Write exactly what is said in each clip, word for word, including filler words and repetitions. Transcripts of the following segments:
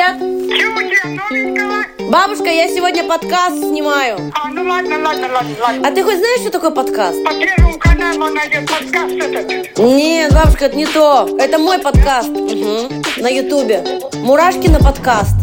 привет! Чего тебе, новенького? Бабушка, я сегодня подкаст снимаю. А, ну ладно, ладно, ладно, ладно. А ты хоть знаешь, что такое подкаст? По Первому каналу найдет подкаст этот. Нет, бабушка, это не то. Это мой подкаст. Угу. На ютубе. Мурашкина подкаст.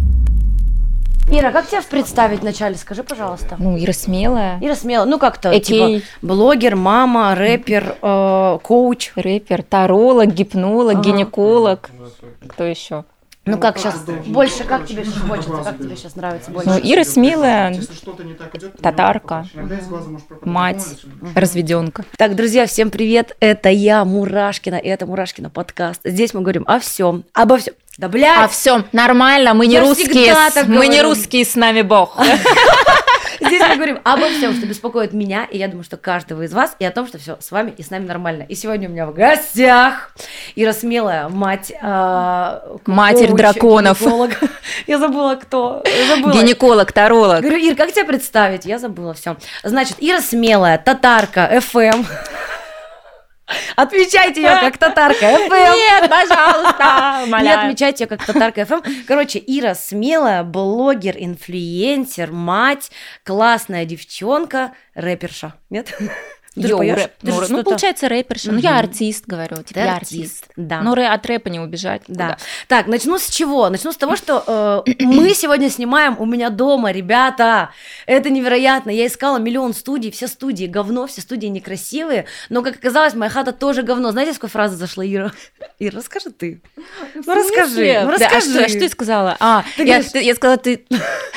Ира, как тебя представить вначале? Скажи, пожалуйста. Ну, Ира Смелая. Ира Смелая. Ну, как-то, Окей. типа, блогер, мама, рэпер, э, коуч. Рэпер, таролог, гипнолог, Ага. гинеколог. Кто еще? Ну, как сейчас? Больше, как тебе сейчас хочется? Как тебе сейчас нравится больше? Ну, Ира Смелая, татарка, мать, разведенка. Так, друзья, всем привет. Это я, Мурашкина, и это Мурашкина подкаст. Здесь мы говорим о всем, обо всем. Да, блядь! А все нормально, мы не Я русские, всегда так мы не говорю. русские, с нами Бог. Здесь мы говорим обо всем, что беспокоит меня, и я думаю, что каждого из вас, и о том, что все с вами и с нами нормально. И сегодня у меня в гостях Ира Смелая, мать... э, Матерь коуч, драконов. гинеколог. Я забыла, кто. Я забыла. Гинеколог, таролог. Говорю, Ир, как тебя представить? Я забыла, все. Значит, Ира Смелая, татарка, эф эм. Отмечайте ее как татарка эф эм. Нет, пожалуйста, Не умоляю. отмечайте ее как татарка эф эм. Короче, Ира Смелая, блогер, инфлюенсер, мать, классная девчонка, рэперша. Нет? Ты же Йоу, поёшь? рэп. Ты же Ну, ну, что-то- получается, рэперша. Ну, я Мгм. артист, говорю. Типа, Ты я артист, артист. да. Но рэ- от рэпа не убежать. Да. Куда? Так, начну с чего? Начну с того, что э, мы сегодня снимаем у меня дома, ребята. Это невероятно. Я искала миллион студий, все студии говно, все студии некрасивые. Но, как оказалось, моя хата тоже говно. Знаете, с какой фразы зашла Ира? Ира, расскажи ты. Ну, расскажи. Ну, Да, а расскажи. что, а что я сказала? А, Ты я, говоришь- ты- я сказала, ты...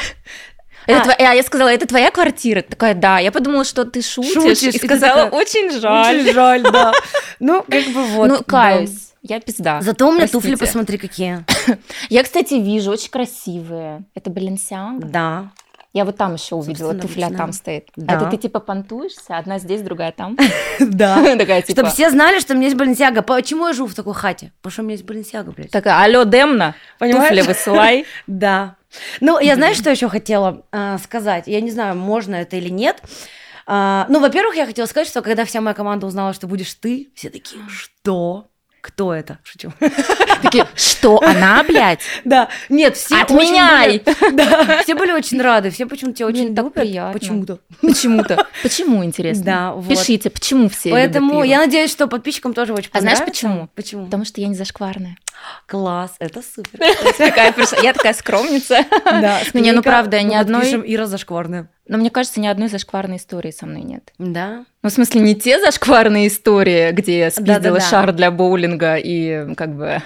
Это А. твоя, я сказала, это твоя квартира? Ты такая, да. Я подумала, что ты шутишь. Шутишь, И и ты сказала, такая, очень жаль. Очень жаль, да. Ну, как бы вот. Ну, да. каюсь. Я пизда. Зато у меня Простите. туфли, посмотри, какие. Я, кстати, вижу, очень красивые. Это Balenciaga. Да. Я вот там еще увидела, Собственно, туфля лично. там стоит. Да. А это ты типа понтуешься? Одна здесь, другая там? Да. Такая типа... Чтобы все знали, что у меня есть Balenciaga. Почему я живу в такой хате? Потому что у меня есть Balenciaga, блядь. Такая, алло, Демна, Понимаешь? туфли высылай. Да. Ну, я знаешь, что еще хотела а, сказать? Я не знаю, можно это или нет. А, ну, во-первых, я хотела сказать, что когда вся моя команда узнала, что будешь ты, все такие, что? Кто это? Шучу. Такие, что, она, блядь? Да, нет, все Отменяй! очень были- Да, все были очень рады, все почему-то тебя очень Блин, так любят. приятно. Почему-то. Почему-то. Почему, интересно? Да, вот. Пишите, почему все Поэтому любят я Иру? надеюсь, что подписчикам тоже очень А знаешь понравится. почему? Почему? Потому что я не зашкварная. Класс, это супер. Такая пришла- Я такая скромница. Да, Ну, не, ну, скорее-ка правда, ни мы одной- подпишем Ира зашкварная. Но мне кажется, ни одной зашкварной истории со мной нет. Да? Ну, в смысле, не те зашкварные истории, где я спиздила Да-да-да. шар для боулинга и как бы...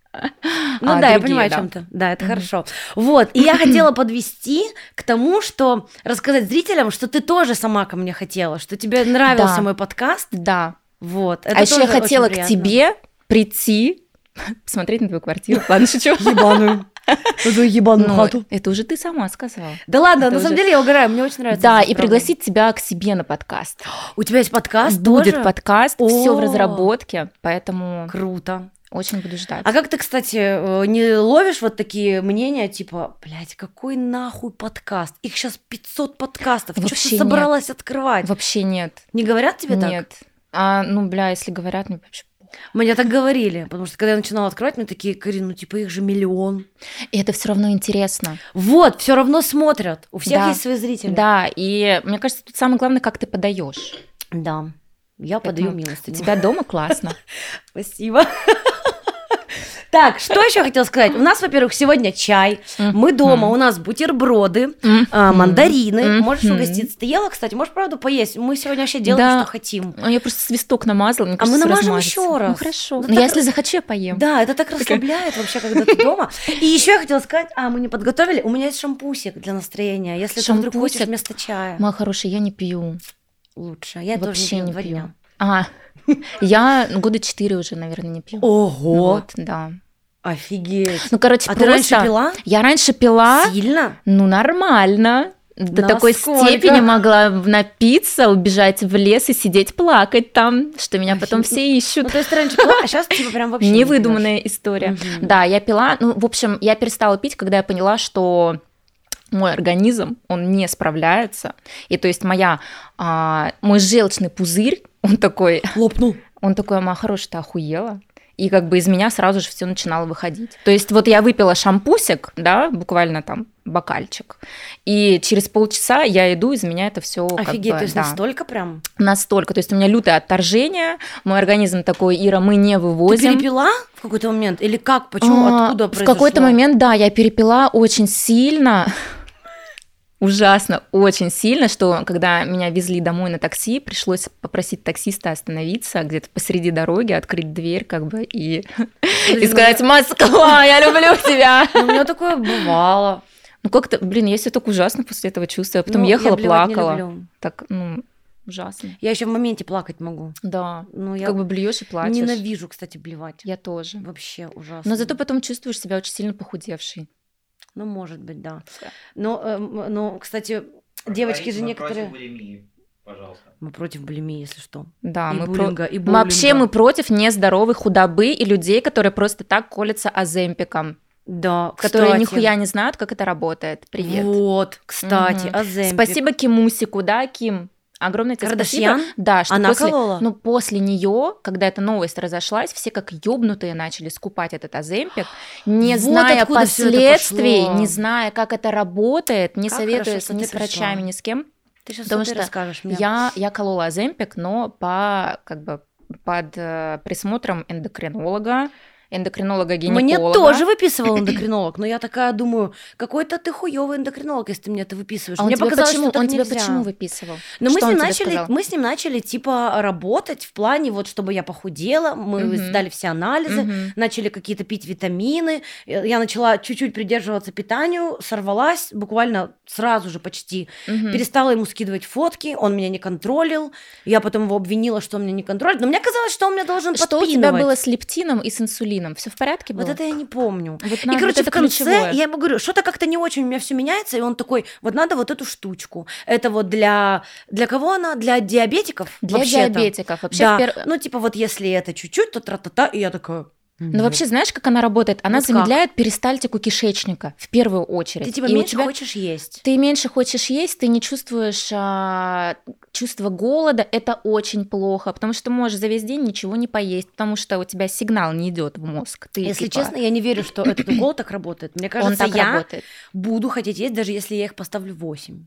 Ну а да, я другие, понимаю да. о чем то. Да, это хорошо. Вот, и я хотела подвести к тому, что рассказать зрителям, что ты тоже сама ко мне хотела, что тебе нравился Да. мой подкаст. Да. Вот. Это А еще я тоже хотела очень к приятно. тебе прийти, посмотреть на твою квартиру. Ладно, шучу. Ебаную. Эту ебаную Ну, хату. это уже ты сама сказала. Да ладно, это на самом уже- деле я угораю, мне очень нравится. Да, это, и правда. пригласить тебя к себе на подкаст. У тебя есть подкаст Будет тоже? подкаст, все О. в разработке, поэтому Круто. очень буду ждать. А как ты, кстати, э, не ловишь вот такие мнения, типа, блядь, какой нахуй подкаст? Их сейчас пятьсот подкастов. Что Вообще ты собралась открывать? Вообще нет. Не говорят тебе так? Нет. А, ну, бля, если говорят, мне вообще... Мне так говорили, потому что когда я начинала открывать, мне такие, Карин, ну типа их же миллион. И это все равно интересно. Вот, все равно смотрят. У всех Да. есть свои зрители. Да, и мне кажется, тут самое главное, как ты подаешь. Да. Я подаю милость. У тебя дома классно. Спасибо. Так, что еще я хотела сказать? У нас, во-первых, сегодня чай. Мы дома, у нас бутерброды, а, мандарины. Можешь угоститься. Ты ела, кстати? Можешь, правда, поесть? Мы сегодня вообще делаем, Да. что хотим. А я просто свисток намазала, мне А мы кажется, намажем размажется. еще раз. Ну хорошо. Ну, Ну, так- я если захочу, я поем. Да, это так расслабляет вообще, когда ты дома. И еще я хотела сказать, а, мы не подготовили, у меня есть шампусик для настроения, если ты вдруг Шампусик? хочешь вместо чая. Моя хорошая, я не пью. Лучше. Я Вообще тоже не пью не два пью. дня. А, я года четыре уже, наверное, не пью. Ого, Вот, да. офигеть. Ну, короче, А ты раньше просто- пила? Я раньше пила, Сильно? ну, нормально. До такой Насколько? степени могла напиться, убежать в лес и сидеть плакать там, что меня потом Офигеть. все ищут. Ну, то есть ты раньше пила, а сейчас типа прям вообще не Невыдуманная история. Мгм. Да, я пила. Ну, в общем, я перестала пить, когда я поняла, что мой организм, он не справляется. И то есть моя, а, мой желчный пузырь, он такой, пьёшь? Лопнул. он такой, моя хорошая, ты охуела? И как бы из меня сразу же все начинало выходить. То есть вот я выпила шампусик, да, буквально там бокальчик, и через полчаса я иду, из меня это все как Офигеть, бы, то есть да, настолько прям? настолько. То есть у меня лютое отторжение, мой организм такой: Ира, мы не Ты вывозим. перепила в какой-то момент? Или как? Почему? А, Откуда В произошло? какой-то момент, да, я перепила очень сильно. Ужасно, очень сильно, что когда меня везли домой на такси, пришлось попросить таксиста остановиться где-то посреди дороги, открыть дверь как бы и, и сказать: «Москва, я люблю тебя!» Ну, у меня такое бывало. Ну как-то, блин, я себя так ужасно после этого чувствую. Я потом Ну, я ехала, блевать не плакала. люблю. Так, ну, ужасно. Я еще в моменте плакать могу. Да, Ну, я как бы блюешь и плачешь. ненавижу, кстати, блевать. Я тоже. Вообще ужасно. Но зато потом чувствуешь себя очень сильно похудевшей. Ну, может быть, да. Но, э, м, но, кстати, девочки же Мы некоторые... против булимии, пожалуйста. Мы против булимии, если что. Да, И мы, про- буллинга, и мы вообще боулинга. мы против нездоровой худобы и людей, которые просто так колятся оземпиком, Да, которые кстати. нихуя не знают, как это работает. Привет. Вот, кстати, Мгм. Оземпик. Спасибо Кимусику, да, Ким. Огромное тебе Кардашьян? спасибо. Да, что Она после, колола? ну, после нее, когда эта новость разошлась, все как ёбнутые начали скупать этот Оземпик, не Вот зная откуда всё это последствий, пошло. не зная, как это работает, не Как советуясь хорошо, что ни ты с врачами, пришла. ни с кем. Ты сейчас Потому что что расскажешь мне? Я, я колола Оземпик, но по, как бы, под э, присмотром эндокринолога, эндокринолога-гинеколога. Мне тоже выписывал эндокринолог, но я такая думаю, какой-то ты хуёвый эндокринолог, если ты мне это выписываешь. А он Мне тебе показалось, почему, что так он тебе нельзя. почему выписывал? Но мы Что с, ним он тебе начали, сказал? мы с ним начали, типа, работать в плане, вот, чтобы я похудела, мы Мгм. сдали все анализы, Мгм. начали какие-то пить витамины, э, я начала чуть-чуть придерживаться питанию, сорвалась буквально сразу же почти, Мгм. перестала ему скидывать фотки, он меня не контролил, я потом его обвинила, что он меня не контролит, но мне казалось, что он меня должен Что у подпинывать. тебя было с лептином и с инсулином? Все в порядке было? Вот это я не помню. Вот И, надо- короче, вот это в конце ключевое. я ему говорю, что-то как-то не очень у меня все меняется, и он такой, вот надо вот эту штучку. Это вот для... Для кого она? Для диабетиков? Для вообще-то? диабетиков. Вообще, Да, в пер- ну типа вот если это чуть-чуть, то тра-та-та, и я такая... Ну, вообще, знаешь, как она работает? Она Вот как? замедляет перистальтику кишечника в первую очередь. Ты типа И у меньше тебя- хочешь есть. Ты меньше хочешь есть, ты не чувствуешь а, чувство голода, это очень плохо, потому что ты можешь за весь день ничего не поесть, потому что у тебя сигнал не идет в мозг. Ты, Если типа, честно, я не верю, что этот укол так работает. Мне он кажется, так я работает. буду хотеть есть, даже если я их поставлю восемь.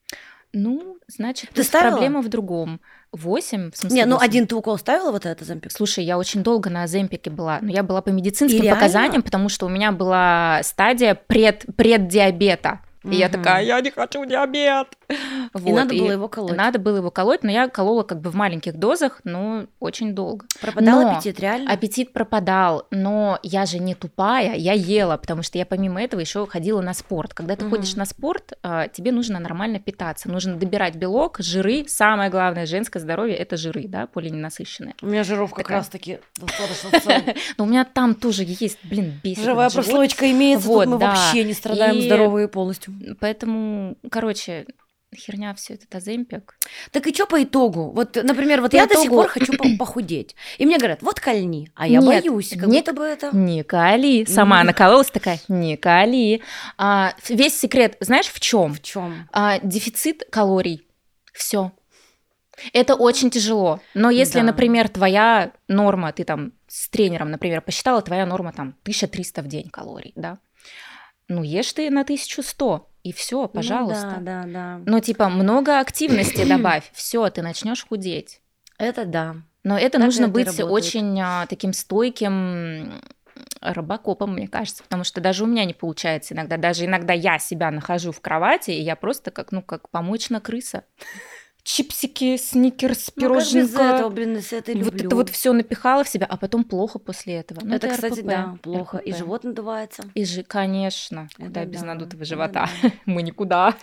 Ну, значит, Ты тут ставила? проблема в другом. Восемь, в смысле Не, ну восемь? один ты укол ставила вот этот Оземпик? Слушай, я очень долго на Оземпике была, но я была по медицинским И реально? показаниям, потому что у меня была стадия пред, преддиабета. И я Мгм. такая, я не хочу диабет. И Вот, надо было его колоть. Надо было его колоть, но я колола как бы в маленьких дозах, но очень долго. Пропадал Но аппетит, реально? Аппетит пропадал, но я же не тупая, я ела, потому что я помимо этого еще ходила на спорт. Когда ты Мгм. ходишь на спорт, а, тебе нужно нормально питаться, нужно добирать белок, жиры. Самое главное женское здоровье – это жиры, да, полиненасыщенные. У меня жиров как Такая. раз-таки достаточно целая. Но у меня там тоже есть, блин, бесит. Живая этот живот. прослойка имеется, Вот, тут мы да. вообще не страдаем, И- здоровые полностью. Поэтому, короче, херня все этот Оземпик. Так и что по итогу? Вот, например, вот По я до сих итогу- пор хочу по- похудеть. И мне говорят, вот кольни, а я Нет, боюсь, как не- будто бы это... Не кали. Сама Мгм. накололась такая, не кали. А, весь секрет, знаешь, в чем? В чем? А, дефицит калорий. Все. Это очень тяжело. Но если, Да. например, твоя норма, ты там с тренером, например, посчитала, твоя норма там тысяча триста в день калорий, да? Ну, ешь ты на тысячу сто, и все, пожалуйста. Ну, да, да, да. Ну, типа, много активности добавь, все, ты начнешь худеть. Это да. Но это Так нужно это и быть работает. очень а, таким стойким робокопом, мне кажется, потому что даже у меня не получается иногда. Даже иногда я себя нахожу в кровати, и я просто как, ну, как помоечная крыса. Чипсики, сникерс, Ну, как без пироженка. этого, блин, если это люблю. Вот это вот все напихала в себя, а потом плохо после этого. Ну, Это, кстати, РПП, да, плохо. И РПП. живот надувается. И же, конечно, Это куда без да, надутого это живота. да. Мы никуда.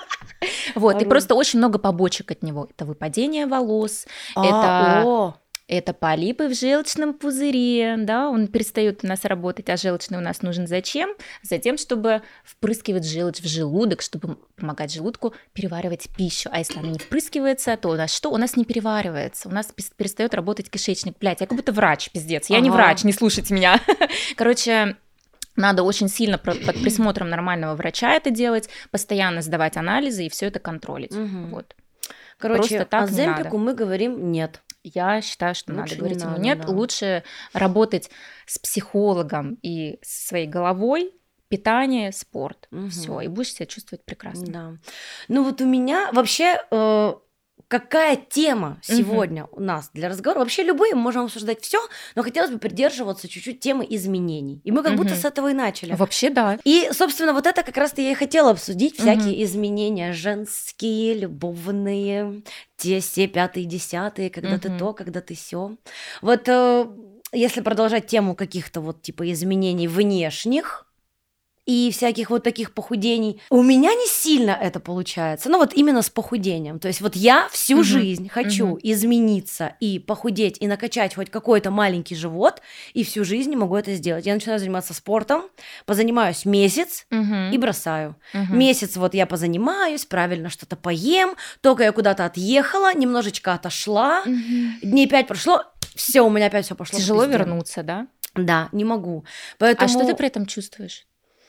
Вот, и Ору. просто очень много побочек от него. Это выпадение волос, А, это о, это полипы в желчном пузыре, да, он перестает у нас работать, а желчный у нас нужен зачем? Затем, чтобы впрыскивать желчь в желудок, чтобы помогать желудку переваривать пищу. А если она не впрыскивается, то у нас что? У нас не переваривается, у нас пес- перестает работать кишечник. Блядь, я как будто врач, пиздец. Я не Ага. врач, не слушайте меня. Короче, надо очень сильно про- под присмотром нормального врача это делать, постоянно сдавать анализы и все это контролить. Мгм. Вот. короче, просто так о не Земпику мы говорим нет. Я считаю, что Лучше надо не говорить ему надо, нет. да. Лучше работать с психологом и со своей головой, питание, спорт. Мгм. Все, и будешь себя чувствовать прекрасно. Да. Ну вот у меня вообще э, какая тема сегодня у нас для разговора? Вообще любые, мы можем обсуждать все, но хотелось бы придерживаться чуть-чуть темы изменений. И мы как будто Мгм. с этого и начали. Вообще, да. И, собственно, вот это как раз-то я и хотела обсудить, Мгм. всякие изменения женские, любовные, те, все, пятые, десятые, когда ты Мгм. то, когда ты сё. Вот э, если продолжать тему каких-то вот типа изменений внешних и всяких вот таких похудений, у меня не сильно это получается. Ну вот именно с похудением. То есть вот я всю Мгм. жизнь хочу Мгм. измениться и похудеть, и накачать хоть какой-то маленький живот, и всю жизнь не могу это сделать. Я начинаю заниматься спортом, позанимаюсь месяц, Мгм. и бросаю. Мгм. Месяц вот я позанимаюсь, правильно что-то поем, только я куда-то отъехала, немножечко отошла, Мгм. дней пять прошло, все, у меня опять все пошло. в Тяжело пизду. вернуться, да? Да, не могу. А Поэтому, что ты при этом чувствуешь?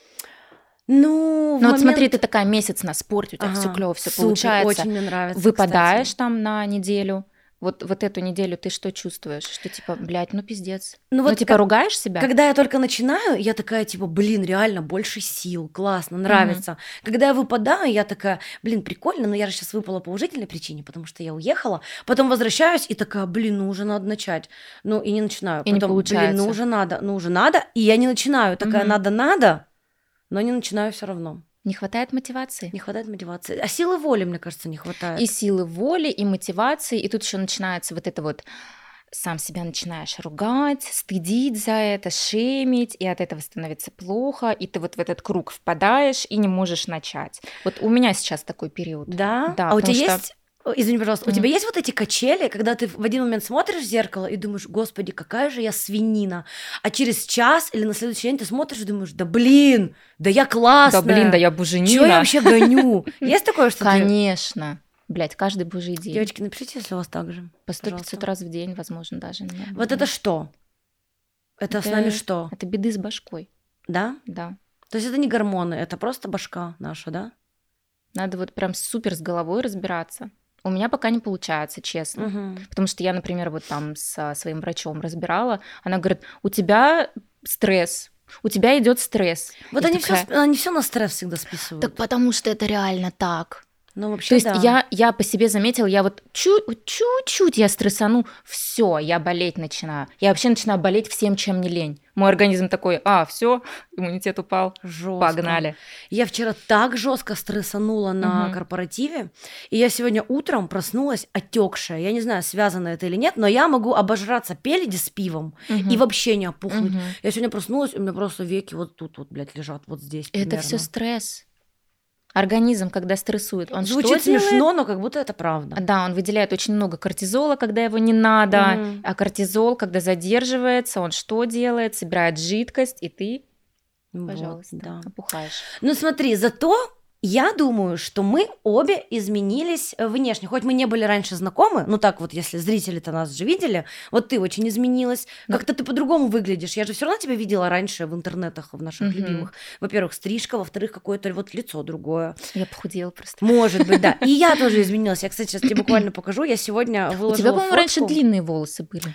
ну, в Ну вот смотри, момент- ты такая месяц на спорте, у тебя все Ага, клево, все супер, получается. очень мне нравится, Выпадаешь кстати. там на неделю. Вот, вот эту неделю ты что чувствуешь? Что типа, блядь, ну пиздец. Ну Ну, вот типа, как- ругаешь себя? Когда я только начинаю, я такая, типа, блин, реально больше сил, классно, нравится. Когда я выпадаю, я такая, блин, прикольно, но я же сейчас выпала по уважительной причине, потому что я уехала. Потом возвращаюсь и такая, блин, ну уже надо начать. Ну и не начинаю. И не Потом, блин, получается. ну уже надо, ну уже надо. И я не начинаю. Такая, Мгм. надо-надо, но не начинаю все равно. Не хватает мотивации? Не хватает мотивации. А силы воли, мне кажется, не хватает. И силы воли, и мотивации. И тут еще начинается вот это вот, сам себя начинаешь ругать, стыдить за это, шеймить, и от этого становится плохо, и ты вот в этот круг впадаешь и не можешь начать. Вот у меня сейчас такой период. Да? Да, а у тебя потому что- есть... О, Извини, пожалуйста, у Мгм. тебя есть вот эти качели, когда ты в один момент смотришь в зеркало и думаешь, господи, какая же я свинина, а через час или на следующий день ты смотришь и думаешь, да блин, да я классная, Да блин, да я чё буженина. я вообще гоню? Есть такое, что ты... Конечно. Блядь, каждый божий день. Девочки, напишите, если у вас так же. По сто пожалуйста. пятьсот раз в день, возможно, даже. иногда. Вот это что? Это, с нами что? Это беды с башкой, Да? да. То есть это не гормоны, это просто башка наша, да? Надо вот прям супер с головой разбираться. У меня пока не получается, честно. Мгм. Потому что я, например, вот там со своим врачом разбирала, она говорит, у тебя стресс, у тебя идет стресс. Вот Я они, такая, все, они все на стресс всегда списывают. Так потому что это реально так. Ну, вообще, То есть да. я, я по себе заметила, я вот чу- чуть-чуть я стрессану, все, я болеть начинаю. Я вообще начинаю болеть всем, чем не лень. Мой организм такой, а, все, иммунитет упал, Жёстко. погнали. Я вчера так жестко стрессанула на Мгм. корпоративе, и я сегодня утром проснулась отекшая. Я не знаю, связано это или нет, но я могу обожраться пеледи с пивом Мгм. и вообще не опухнуть. Мгм. Я сегодня проснулась, у меня просто веки вот тут вот, блядь, лежат, вот здесь. Это примерно. все стресс. Организм, когда стрессует, он Звучит что делает? смешно, но как будто это правда. Да, он выделяет очень много кортизола, когда его не надо, Мгм. а кортизол, когда задерживается, он что делает? Собирает жидкость, и ты, Вот, пожалуйста, да. опухаешь. Ну смотри, зато я думаю, что мы обе изменились э, внешне. Хоть мы не были раньше знакомы, ну так вот, если зрители-то нас же видели, вот ты очень изменилась, Да. как-то ты по-другому выглядишь. Я же все равно тебя видела раньше в интернетах, в наших Мгм. любимых. Во-первых, стрижка, во-вторых, какое-то вот лицо другое. Я похудела просто. Может быть, да. И я тоже изменилась. Я, кстати, сейчас тебе буквально покажу. Я сегодня выложила У тебя, по-моему, раньше фотку. длинные волосы были.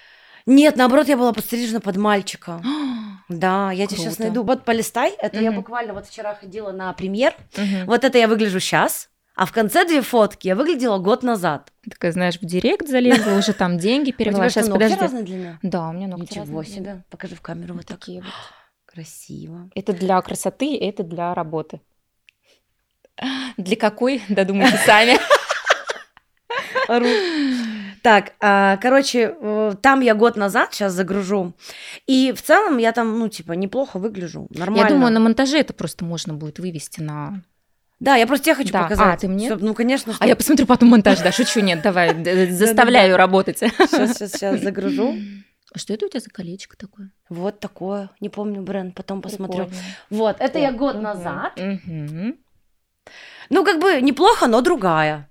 Нет, наоборот, я была подстрижена под мальчика. Да, я тебе сейчас Круто. найду. Вот полистай. Это я Мгм. буквально вот вчера ходила на премьер. Мгм. Вот это я выгляжу сейчас, а в конце две фотки я выглядела год назад. Такая, знаешь, в директ залезла, уже там деньги У перевела. тебя что, Сейчас, ногти подожди. разной длины? Да, у меня ногти Ничего разные себе. длины. Покажи в камеру вот Вот так. такие вот. Красиво. Это для красоты, это для работы. Для какой? Додумайте сами. Ору. Так, а, короче, э, там я год назад, сейчас загружу. И в целом я там, ну, типа, неплохо выгляжу. Нормально. Я думаю, на монтаже это просто можно будет вывести на... Да, я просто тебе хочу Да. показать. А, ты мне? Чтоб- ну, конечно, А я посмотрю потом монтаж, да, шучу, нет, давай, д- заставляю работать. сейчас, сейчас, сейчас загружу. А что это у тебя за колечко такое? Вот такое. Не помню бренд, потом посмотрю. Прикольно. Вот, это я год Мгм. назад. Мгм. Ну, как бы неплохо, но другая.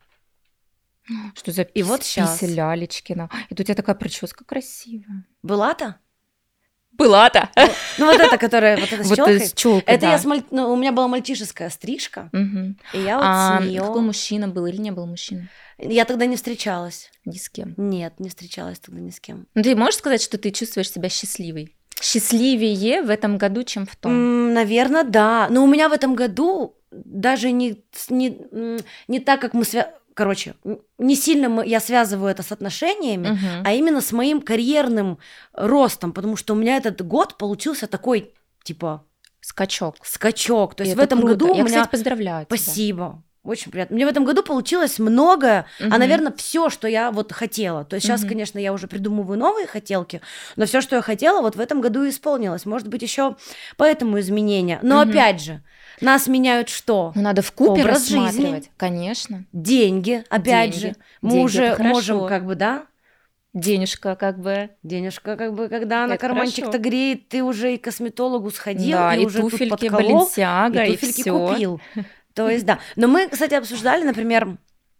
Что за И вот пис- щас. пися Лялечкина? Это у тебя такая прическа красивая. Была-то? Пылата. Ну, вот это, которая вот это с Вот челкой. с чёлкой, Это да. я с маль- ну, у меня была мальчишеская стрижка, Мгм. и я вот А с неё- какой мужчина был или не был мужчина? Я тогда не встречалась. Ни с кем. Нет, не встречалась тогда ни с кем. Ну, ты можешь сказать, что ты чувствуешь себя счастливой? Счастливее в этом году, чем в том? Наверное, да. Но у меня в этом году даже не, с- не, м, не так, как мы свя... Короче, н- не сильно мы- я связываю это с отношениями, Мгм. а именно с моим карьерным ростом, потому что у меня этот год получился такой, типа, Скачок. скачок. То И есть в это этом круто. году Я, у меня... кстати, поздравляю тебя. Спасибо. Очень приятно. Мне в этом году получилось многое, а, Мгм. наверное, все, что я вот хотела. То есть сейчас, Мгм. конечно, я уже придумываю новые хотелки, но все, что я хотела, вот в этом году и исполнилось. Может быть, еще поэтому изменения. Но Мгм. опять же, нас меняют что? Ну, надо вкупе Образ жизни. рассматривать. Конечно. Деньги, опять Деньги. же. Мы Деньги — уже это можем, хорошо. как бы, да? Денежка как бы. Денежка, как бы, когда она Это карманчик-то хорошо. греет, ты уже и к косметологу сходил, Да, и, и уже тут туфельки подколол, Balenciaga, и и туфельки всё. купил. То есть, да. Но мы, кстати, обсуждали, например,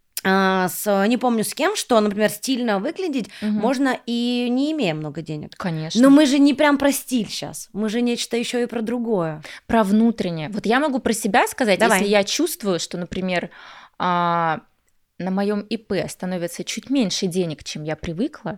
а, с, не помню с кем, что, например, стильно выглядеть Мгм. можно и не имея много денег. Конечно. Но мы же не прям про стиль сейчас, мы же нечто еще и про другое. Про внутреннее. Вот я могу про себя сказать, Давай. если я чувствую, что, например, а, на моем ИП становится чуть меньше денег, чем я привыкла,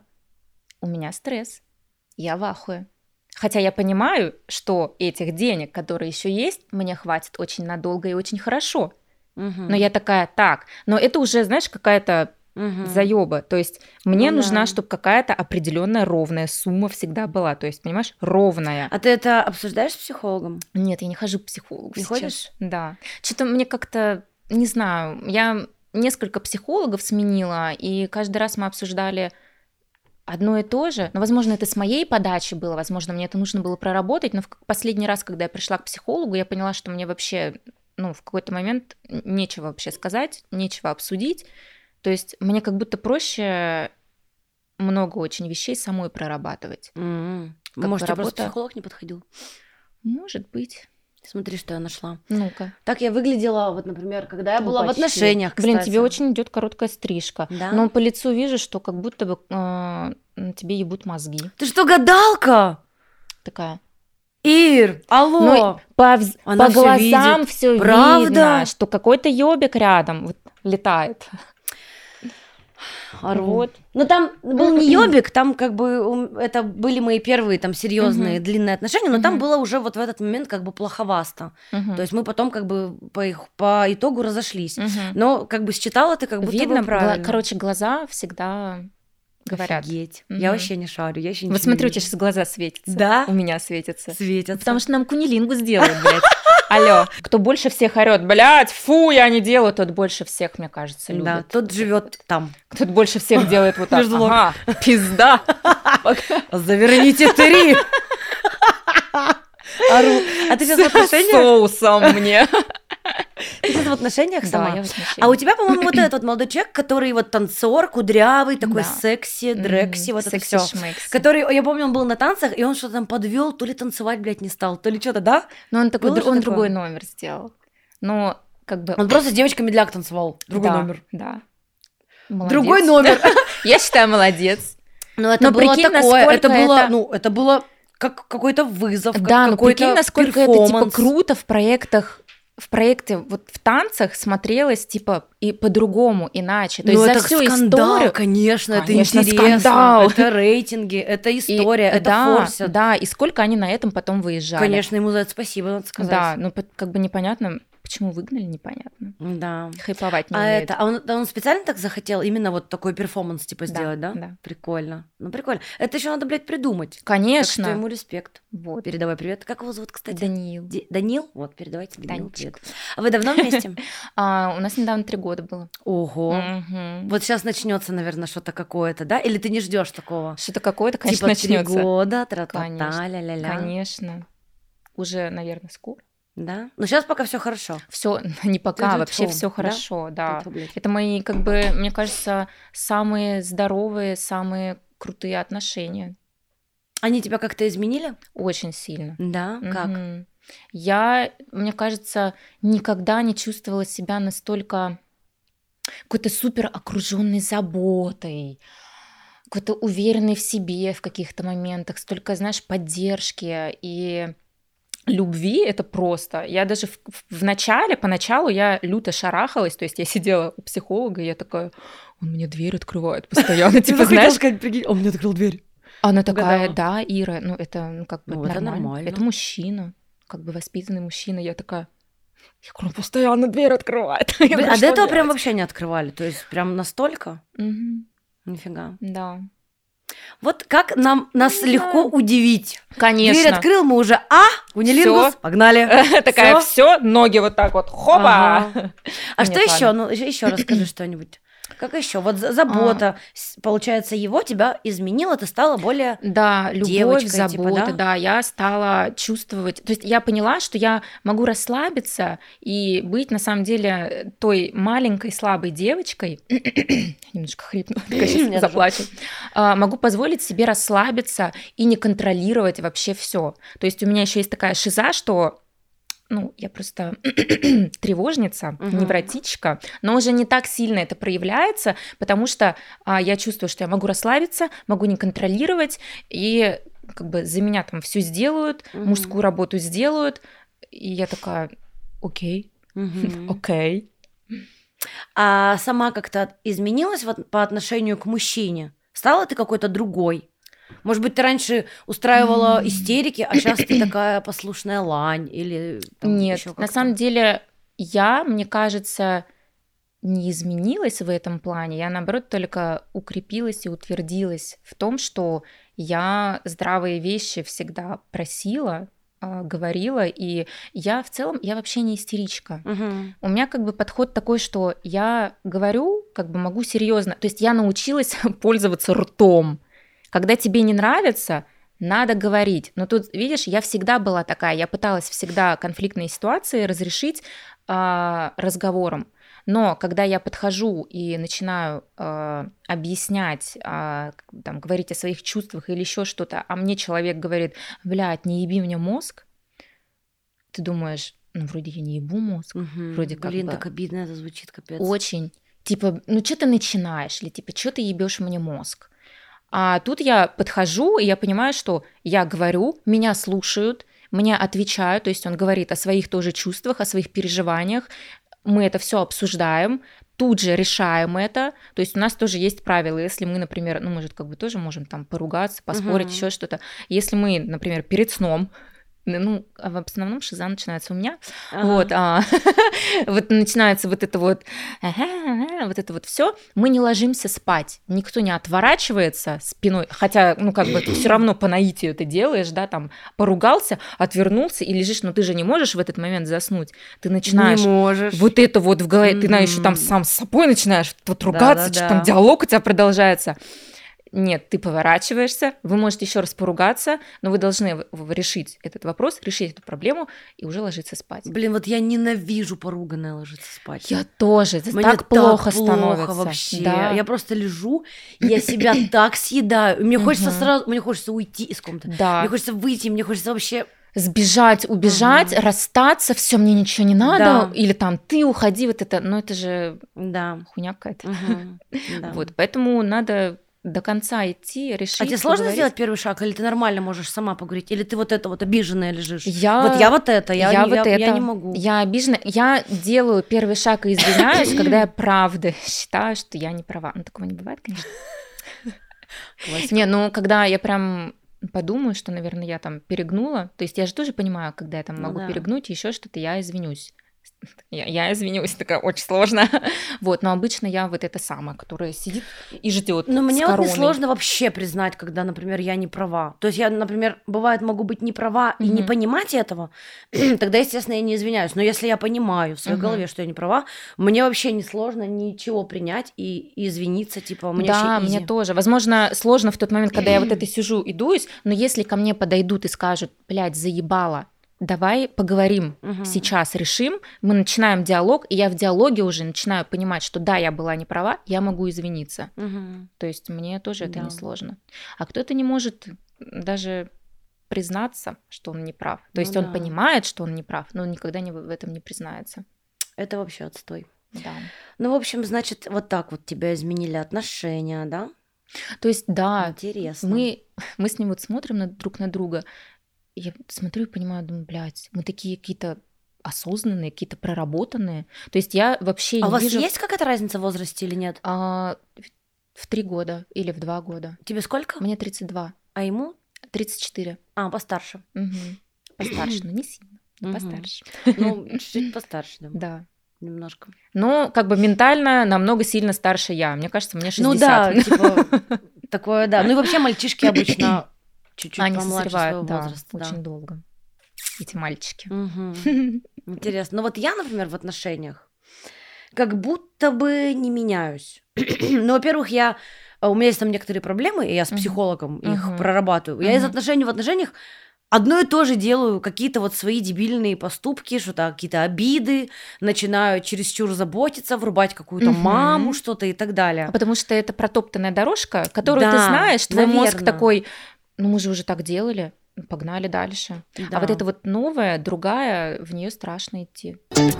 у меня стресс. Я в ахуе. Хотя я понимаю, что этих денег, которые еще есть, мне хватит очень надолго и очень хорошо. Мгм. Но я такая, так, но это уже, знаешь, какая-то Мгм. заеба. То есть мне Ну нужна, да. чтобы какая-то определенная ровная сумма всегда была. То есть, понимаешь, ровная. А ты это обсуждаешь с психологом? Нет, я не хожу к психологу Не сейчас. ходишь? Да. Что-то мне как-то, не знаю, я несколько психологов сменила, и каждый раз мы обсуждали одно и то же. Но, возможно, это с моей подачи было, возможно, мне это нужно было проработать, но в к- последний раз, когда я пришла к психологу, я поняла, что мне вообще, ну, в какой-то момент н- нечего вообще сказать, нечего обсудить. То есть мне как будто проще много очень вещей самой прорабатывать. М. Как Может, бы тебе просто работа- психолог не подходил? Может быть. Смотри, что я нашла. Ну-ка. Так я выглядела, вот, например, когда я была в Опачки. отношениях, Блин, кстати. тебе очень идет короткая стрижка. Да? Но по лицу вижу, что как будто бы э, м, тебе ебут мозги. Ты что, гадалка? Такая. Ир, алло. Ну, по, вз- Она по всё глазам видит. все Правда? видно, что какой-то ёбик рядом вот летает. Ору. Вот. Ну там был не ёбик, там как бы ум, это были мои первые там серьезные Мгм. длинные отношения, но там Мгм. было уже вот в этот момент как бы плоховасто. Мгм. То есть мы потом как бы по, их, по итогу разошлись. Мгм. Но как бы считала ты как будто Видно, бы гла- правильно. короче, глаза всегда говорят. Офигеть. Мгм. Я вообще не шарю, я еще Вот ничего не смотри, у тебя вижу. сейчас глаза светятся. Да? У меня светятся. Светятся. Потому что нам кунилингу сделают, блядь. Алло. Кто больше всех орет, блядь, фу, я не делаю, тот больше всех, мне кажется, любит. Да, тот живет там. Кто больше всех делает вот так. Между ног. Ага, пизда. Заверните три. Ору. А ты сейчас в С отношениях? соусом мне. Ты сейчас в отношениях сама? Да, я в отношениях. А у тебя, по-моему, вот этот вот молодой человек, который вот танцор, кудрявый, такой Да. секси, М, дрекси, вот это все. секси-шмекси. Который, я помню, он был на танцах, и он что-то там подвел, то ли танцевать, блядь, не стал, то ли что-то, да? Но он такой, Было др- же он такое? другой номер сделал. Но как бы... Он просто с девочкой медляк танцевал. Другой да, номер. Да. Молодец. Другой номер. Я считаю, молодец. Но это Но было прикинь, такое, это насколько было, это- ну, это было как какой-то вызов, как Да, но какой-то прикинь, насколько это типа перформанс. круто в проектах, в проекте вот в танцах смотрелось типа и по-другому, иначе. То Ну, есть это за всю скандал, историю... конечно, Конечно, это интересно. скандал. Это рейтинги, это И- история, это да, форсят. да, и сколько они на этом потом выезжали. Конечно, ему за это спасибо, надо сказать. Да, ну по- как бы непонятно, почему выгнали, непонятно. Да. Хайповать не А умеют. это, а он, а он специально так захотел именно вот такой перформанс типа Да, сделать, да? да. Прикольно. Ну прикольно. Это еще надо, блядь, придумать. Так Конечно. что ему респект. Вот. Передавай привет. Как его зовут, кстати? Даниил. Ди- Данил? Вот, передавайте Данилу Данчик. привет. А вы давно вместе? А, у нас недавно три года было. Ого. Мгм. Вот сейчас начнется, наверное, что-то какое-то, да? Или ты не ждешь такого? Что-то какое-то, конечно, Типа три начнется. года, тра-та-та, Конечно, ля-ля-ля. Конечно. Уже, наверное, скоро. Да? Но сейчас пока все хорошо. Все, не пока, Тю-тю-тю, вообще все да? хорошо, да. Тьфу, блядь. Это мои, как бы, мне кажется, самые здоровые, самые крутые отношения. Они тебя как-то изменили? Очень сильно. Да? Как? Мгм. Я, мне кажется, никогда не чувствовала себя настолько какой-то супер окруженной заботой, какой-то уверенный в себе в каких-то моментах, столько, знаешь, поддержки и любви, это просто. Я даже в, в начале, поначалу я люто шарахалась, то есть я сидела у психолога, и я такая, он мне дверь открывает постоянно, типа, знаешь. сказать, прикинь, он мне открыл дверь. Она такая, Угадала. да, Ира, ну это ну, как бы Ну, это нормально. нормально. Это мужчина, как бы воспитанный мужчина. Я такая, я говорю, он постоянно дверь открывает. Я Блин, говорю, а до «Что этого прям делать?» вообще не открывали, то есть прям настолько? Мгм. Нифига. Да, Вот как нам нас Не легко знаю. удивить. конечно. Дверь открыл, мы уже, а, унилингус, Всё. погнали. Такая, Всё. все, ноги вот так вот, хопа. Ага. А что Нет, еще? ладно. Ну, еще расскажи что-нибудь. Как еще? Вот за- забота, с- получается, его тебя изменила, ты стала более... Да, любовь, Девочкой, забота, типа, да? да, я стала чувствовать, то есть я поняла, что я могу расслабиться и быть на самом деле той маленькой слабой девочкой, немножко хрипну, такая щас Меня тоже. заплачу, А, могу позволить себе расслабиться и не контролировать вообще все. То есть у меня еще есть такая шиза, что ну, я просто тревожница, Мгм. невротичка, но уже не так сильно это проявляется, потому что а, я чувствую, что я могу расслабиться, могу не контролировать, и как бы за меня там все сделают, Мгм. мужскую работу сделают, и я такая, окей, Мгм. окей. А сама как-то изменилась вот по отношению к мужчине? Стала ты какой-то другой? Может быть, ты раньше устраивала М. истерики, а сейчас ты такая послушная лань или там Нет, ещё на как-то? самом деле я, мне кажется, не изменилась в этом плане, я наоборот только укрепилась и утвердилась в том, что я здравые вещи всегда просила, а, говорила, и я в целом, я вообще не истеричка. Мгм. У меня как бы подход такой, что я говорю, как бы могу серьезно, то есть я научилась пользоваться ртом. Когда тебе не нравится, надо говорить. Но тут, видишь, я всегда была такая, я пыталась всегда конфликтные ситуации разрешить а, разговором. Но когда я подхожу и начинаю а, объяснять, а, к- там, говорить о своих чувствах или еще что-то, а мне человек говорит, блядь, не еби мне мозг, ты думаешь, ну вроде я не ебу мозг, Мгм. вроде как Блин, бы так обидно это звучит, капец. очень. Типа, ну что ты начинаешь? Или типа, что ты ебешь мне мозг? А тут я подхожу, и я понимаю, что я говорю, меня слушают, мне отвечают, то есть он говорит о своих тоже чувствах, о своих переживаниях, мы это все обсуждаем, тут же решаем это, то есть у нас тоже есть правила, если мы, например, ну, может, как бы тоже можем там поругаться, поспорить, Мгм. еще что-то, если мы, например, перед сном, ну, а в основном шиза начинается у меня, Ага. вот, а, вот начинается вот это вот, ага, ага, вот это вот все, мы не ложимся спать, никто не отворачивается спиной, хотя, ну, как бы ты все равно по наитию это делаешь, да, там, поругался, отвернулся и лежишь, но ты же не можешь в этот момент заснуть, ты начинаешь Не можешь. вот это вот в голове, ты еще там Мгм. сам с собой начинаешь вот ругаться, Да-да-да. что там диалог у тебя продолжается. Нет, ты поворачиваешься, вы можете еще раз поругаться, но вы должны в- в- решить этот вопрос, решить эту проблему и уже ложиться спать. Блин, вот я ненавижу поруганное ложиться спать. Я тоже, это Мне так плохо становится. вообще. Да. Я просто лежу, я себя так съедаю. И мне хочется Мгм. сразу, мне хочется уйти из комнаты. Да. Мне хочется выйти, мне хочется вообще... Сбежать, убежать, Мгм. расстаться, все, мне ничего не надо, Да. или там ты уходи, вот это, ну это же Да. хуйня какая-то. Мгм. Да. Вот, поэтому надо до конца идти, решить. А тебе сложно поговорить. сделать первый шаг, или ты нормально можешь сама поговорить, или ты вот это вот обиженная лежишь? Я... Вот я вот это, я, я не, вот я, это, я не могу. Я обижена. Я делаю первый шаг и извиняюсь, когда я правда считаю, что я не права. Ну, такого не бывает, конечно. Классика. Не, ну, когда я прям подумаю, что, наверное, я там перегнула, то есть я же тоже понимаю, когда я там Ну могу да. перегнуть, еще что-то, я извинюсь. Я, я извинюсь, такая очень сложно. Вот, но обычно я вот эта самая, которая сидит и ждет. Но мне с вот короной. несложно вообще признать, когда, например, я не права. То есть я, например, бывает, могу быть не права и не Мгм. понимать этого, тогда, естественно, я не извиняюсь. Но если я понимаю в своей Мгм. голове, что я не права, мне вообще несложно ничего принять и, и извиниться, типа, мне Да, вообще мне easy. тоже. Возможно, сложно в тот момент, когда я вот это сижу и дуюсь, но если ко мне подойдут и скажут, блядь, заебала, давай поговорим, Мгм. сейчас решим, мы начинаем диалог, и я в диалоге уже начинаю понимать, что да, я была не права, я могу извиниться. Мгм. То есть мне тоже это Да. не сложно. А кто-то не может даже признаться, что он не прав. То Ну есть он да. понимает, что он не прав, но он никогда не в в этом не признается. Это вообще отстой. Да. Ну, в общем, значит, вот так вот тебя изменили отношения, да? То есть, да, Интересно. мы, мы с ним вот смотрим на, друг на друга, и я смотрю и понимаю, думаю, блядь, мы такие какие-то осознанные, какие-то проработанные. То есть я вообще А не у вас вижу... есть какая-то разница в возрасте или нет? А, в три года или в два года. Тебе сколько? Мне тридцать два, А ему? тридцать четыре. А, постарше. Мгм. Постарше, но не сильно, но Мгм. постарше. Ну, чуть-чуть постарше, да. Да. Немножко. Но как бы ментально намного сильно старше я. Мне кажется, мне Ну да, шестьдесят. типа, такое, да. Ну и вообще мальчишки обычно чуть-чуть Они помладше своего созревают, да, возраста. да. очень долго. Эти мальчики. Мгм. Интересно. Ну вот я, например, в отношениях как будто бы не меняюсь. Ну, во-первых, я... а, У меня есть там некоторые проблемы, и я с Мгм. их Мгм. прорабатываю. Я из Мгм. отношений в отношениях одно и то же делаю, какие-то вот свои дебильные поступки, что-то, какие-то обиды, начинаю чересчур заботиться, врубать какую-то Мгм. маму, что-то и так А далее. Потому что это протоптанная дорожка, которую ты Да, знаешь, твой мозг наверно. такой, ну мы же уже так делали, погнали дальше. А вот Да. это вот новая, другая, в нее страшно идти.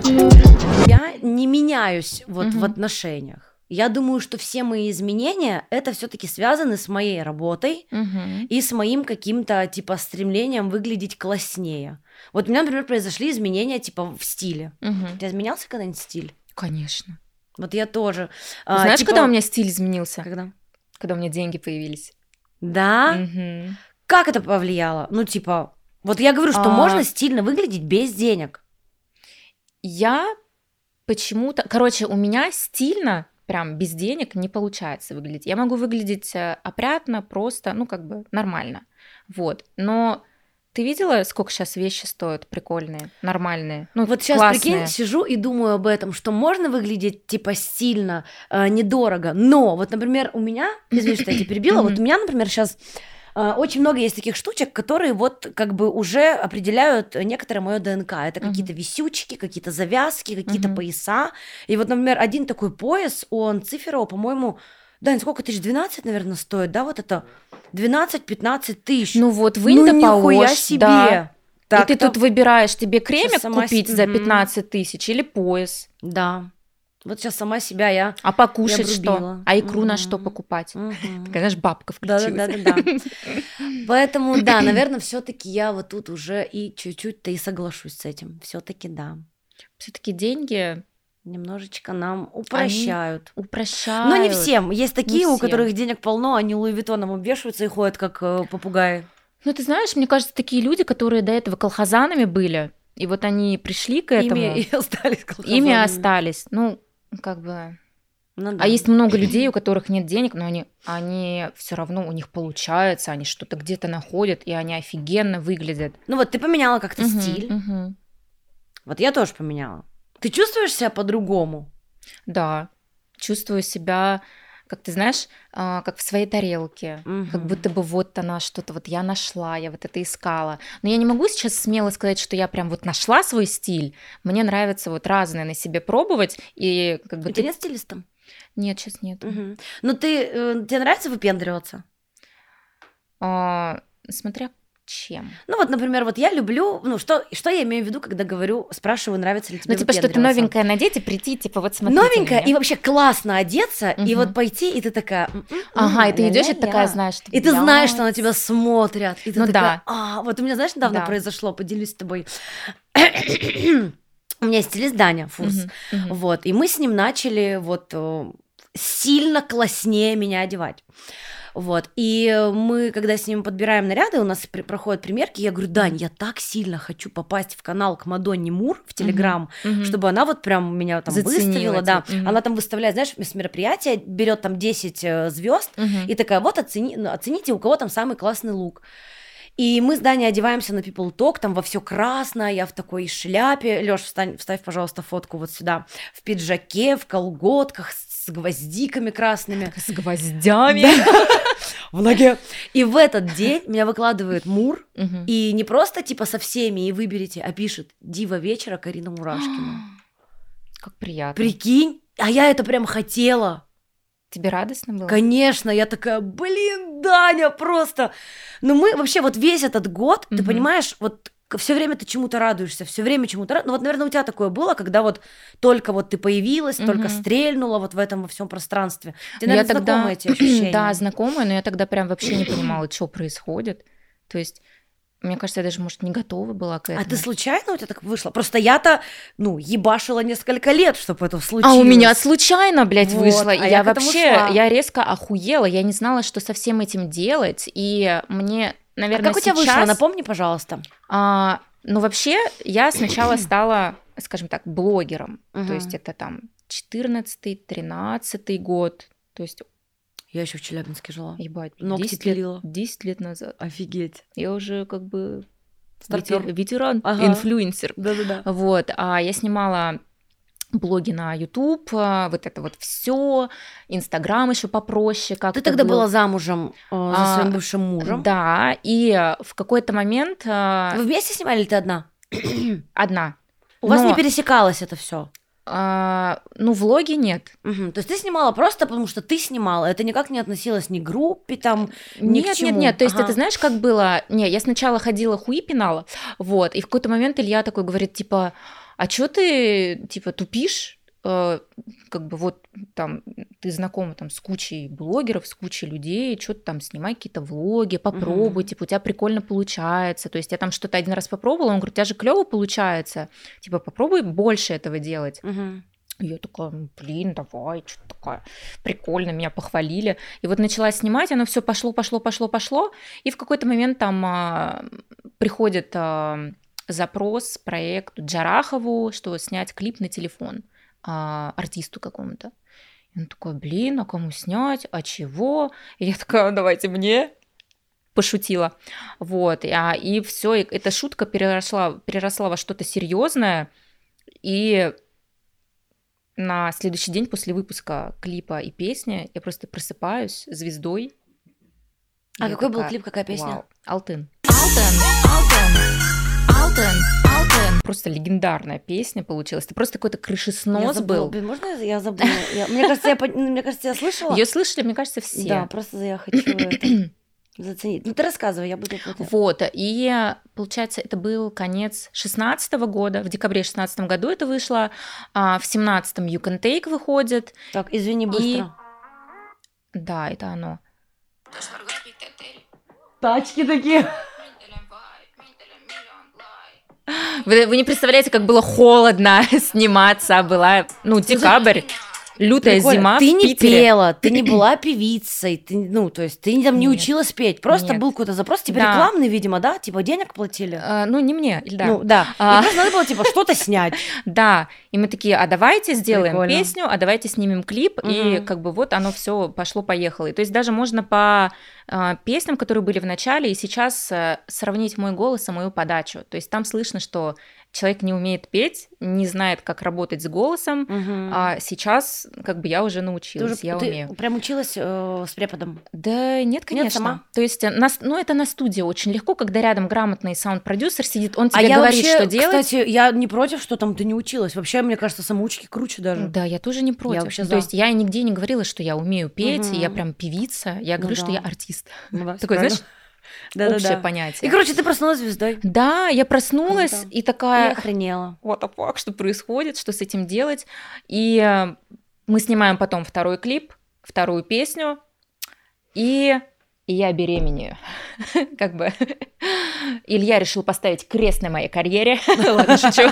Я не меняюсь вот в Мгм. отношениях. Я думаю, что все мои изменения это все-таки связаны с моей работой Мгм. и с моим каким-то типа стремлением выглядеть класснее. Вот у меня, например, произошли изменения типа в стиле. Мгм. У тебя изменялся когда-нибудь стиль? Конечно. Вот я тоже. А, Знаешь, типа- когда у меня стиль изменился? Когда? Когда у меня деньги появились. Да? Мгм. Как это повлияло? Ну, типа, вот я говорю, что А. можно стильно выглядеть без денег. Я почему-то... Короче, у меня стильно, прям без денег не получается выглядеть. Я могу выглядеть э, опрятно, просто, ну, как бы нормально. Вот. Но ты видела, сколько сейчас вещи стоят прикольные, нормальные? Ну, Вот сейчас, классные. прикинь, сижу и думаю об этом, что можно выглядеть, типа, стильно, э, недорого. Но, вот, например, у меня, извини, что я тебя перебила, вот у меня, например, сейчас очень много есть таких штучек, которые вот как бы уже определяют некоторое мое ДНК. Это Мгм. какие-то висючки, какие-то завязки, какие-то Мгм. пояса. И вот, например, один такой пояс, он цифрового, по-моему, да, сколько тысяч, двенадцать, наверное, стоит, да, вот это двенадцать-пятнадцать тысяч. Ну вот, вынь ну да нихуя положь, себе. да. Так, И ты тут выбираешь, тебе кремик сама купить с- за Мгм. пятнадцать тысяч или пояс. Да. Вот сейчас сама себя я... А покушать Я что? обрубила. А икру на Мгм. что покупать? Мгм. Такая, знаешь, бабка Да, включилась. да, да, да, да. Поэтому, да, наверное, все-таки я вот тут уже и чуть-чуть-то и соглашусь с этим. Все-таки да. Все-таки деньги Немножечко нам упрощают. упрощают. Но не всем. Есть такие, у всем. которых денег полно, они Луи Виттоном обвешиваются и ходят как э, попугаи. Ну, ты знаешь, мне кажется, такие люди, которые до этого колхозанами были, и вот они пришли к этому, Ими и остались колхозанами. ими остались. Ну, как бы... Ну да. А есть много людей, у которых нет денег, но они, они все равно, у них получается, они что-то где-то находят, и они офигенно выглядят. Ну вот ты поменяла как-то Мгм, стиль. мгм. Вот я тоже поменяла. Ты чувствуешь себя по-другому? Да, чувствую себя, как ты знаешь, а, как в своей тарелке. Мгм. Как будто бы вот она что-то, вот я нашла, я вот это искала. Но я не могу сейчас смело сказать, что я прям вот нашла свой стиль. Мне нравится вот разное на себе пробовать. И как бы У ты... тебя нет стилиста? Нет, сейчас нет. Мгм. Ну ты, э, тебе нравится выпендриваться? А, смотря чем. Ну вот, например, вот я люблю, ну что, что я имею в виду, когда говорю, спрашиваю, нравится ли тебе Ну, типа, что-то выпендриваться? новенькое надеть и прийти, типа, вот смотрите Новенькое на меня. и вообще классно одеться, и Мгм. вот пойти, и ты такая... «М-м-м, Ага, и ты идешь, и ля-ля-ля». такая, знаешь, что, И ты знаешь, что на блядь. тебя смотрят. И ты Ну такая, да. а, вот у меня, знаешь, недавно Да. произошло, поделюсь с тобой. У меня есть стилист Даня Фурс. Мгм, мгм. Вот, и мы с ним начали вот э, сильно класснее меня одевать. Вот, и э, мы, когда с ним подбираем наряды, у нас при- проходят примерки, я говорю, Дань, я так сильно хочу попасть в канал к Мадонне Мур в Телеграм, Мгм. чтобы она вот прям меня там Заценила выставила, да. тебя. Мгм. Она там выставляет, знаешь, с мероприятия, берет там десять звезд Мгм. и такая, вот оцени- ну, оцените, у кого там самый классный лук. И мы с Даней одеваемся на People Talk, там во все красное, я в такой шляпе. Лёш, встань, вставь, пожалуйста, фотку вот сюда. В пиджаке, в колготках, с гвоздиками красными. С гвоздями. В ноге. И в этот день меня выкладывает Мур, Мгм. и не просто типа со всеми и выберите, а пишет «Дива вечера» Карина Мурашкина. Как приятно. Прикинь, а я это прям хотела. Тебе радостно было? Конечно, я такая, блин, Даня, просто. Ну мы вообще вот весь этот год, ты Мгм. понимаешь, вот все время ты чему-то радуешься, все время чему-то радуешься. Ну вот, наверное, у тебя такое было, когда вот только вот ты появилась, Мгм. только стрельнула вот в этом во всем пространстве. Тебе, Ну, я наверное, тогда- знакомы эти ощущения. Да, знакомая, но я тогда прям вообще не понимала, что происходит. То есть, мне кажется, я даже, может, не готова была к А этому. ты случайно у тебя так вышло? Просто я-то, ну, ебашила несколько лет, чтобы это случилось. А у меня случайно, блядь, Вот, вышло. а И я я к этому вообще, шла. я резко охуела. Я не знала, что со всем этим делать. И мне, А наверное, как у тебя сейчас... вышло? Напомни, пожалуйста. А, ну, вообще, я сначала стала, скажем так, блогером. Мгм. То есть это там четырнадцатый, тринадцатый год. То есть, Я еще в Челябинске жила. ебать, Ногти десять лет, пилила. десять лет назад. Офигеть. Я уже как бы Стартер. ветер- ветеран, Ага. инфлюенсер. Да-да-да. Вот, а я снимала блоги на YouTube, а, вот это вот все, Инстаграм еще попроще как-то Ты тогда был. была замужем э, за А, своим бывшим мужем. Да, и в какой-то момент а, Вы вместе снимали или ты одна? одна. У вас Но, не пересекалось это все. а, ну, влоги нет. То есть ты снимала просто потому, что ты снимала. Это никак не относилось ни к группе, там, ни к Нет, чему. нет, нет. То есть Ага. это знаешь, как было? Не, я сначала ходила хуи пинала, вот, и в какой-то момент Илья такой говорит, типа, а чё ты, типа, тупишь? Э, как бы вот там ты знакома там с кучей блогеров, с кучей людей, что-то там снимай какие-то влоги, попробуй, Мгм. типа, у тебя прикольно получается. То есть я там что-то один раз попробовала, он говорит, у тебя же клево получается, типа, попробуй больше этого делать. Мгм. И я такая, «Ну, блин, давай, что-то такое прикольно, меня похвалили. И вот начала снимать, оно все пошло, пошло, пошло, пошло. И в какой-то момент там а, приходит а, запрос, проект Джарахову, что снять клип на телефон а, артисту какому-то. И он такой, блин, а кому снять, а чего? И я такая, давайте мне. Пошутила. Вот. А, и все, эта шутка переросла, переросла во что-то серьезное. И на следующий день после выпуска клипа и песни я просто просыпаюсь звездой. А Я какой был такая, клип, какая песня? «Вау, Алтын. Алтын, Алтын, Алтын, Алтын». Просто легендарная песня получилась. Это просто какой-то Я крышеснос забыла. был. Блин, можно я, я забыла? Я- мне кажется, я, пон- мне кажется, я слышала. Ее слышали, мне кажется, все. Да, просто я хочу это заценить. Ну ты рассказывай, я буду... вот- Вот, и получается, это был конец шестнадцатого года, в декабре шестнадцатом году это вышло, а в семнадцатом You Can Take выходит, Так, извини, быстро. да, это оно. Тачки такие. Вы, вы не представляете, как было холодно сниматься, была, ну, декабрь, лютая Прикольно. зима Ты в не Питере. пела, ты не была певицей, ты, ну, то есть ты там не Нет. училась петь, просто Нет. был какой-то запрос, типа Да. рекламный, видимо, да? Типа денег платили? А, ну, не мне, да. Ну, да. А. И просто надо было, типа, что-то снять. Да, и мы такие, а давайте сделаем Прикольно. песню, а давайте снимем клип, и Мгм. как бы вот оно все пошло-поехало. И то есть даже можно по а, песням, которые были в начале, и сейчас а, сравнить мой голос и мою подачу. То есть там слышно, что человек не умеет петь, не знает, как работать с голосом, Мгм. а сейчас как бы я уже Ты научилась, уже я ты умею. прям училась э, с преподом? Да нет, конечно. сама? То есть, э, на, с- ну, это на студии очень легко, когда рядом грамотный саунд-продюсер сидит, он тебе а я говорит, вообще, что делать. кстати, я не против, что там ты не училась. Вообще, мне кажется, самоучки круче даже. Да, я тоже не против. вообще То за. есть я нигде не говорила, что я умею петь, и я Мгм. прям певица. Я Ну говорю, что да. я артист. Ну да, Такое, правильно. знаешь, Да-да-да. общее понятие. И, короче, ты проснулась звездой. Да, я проснулась Круто. и Я такая, охренела. what the fuck, что происходит, что с этим делать. И э, мы снимаем потом второй клип, вторую песню, и, и я беременею. Как бы Илья решил поставить крест на моей карьере. Ладно, шучу.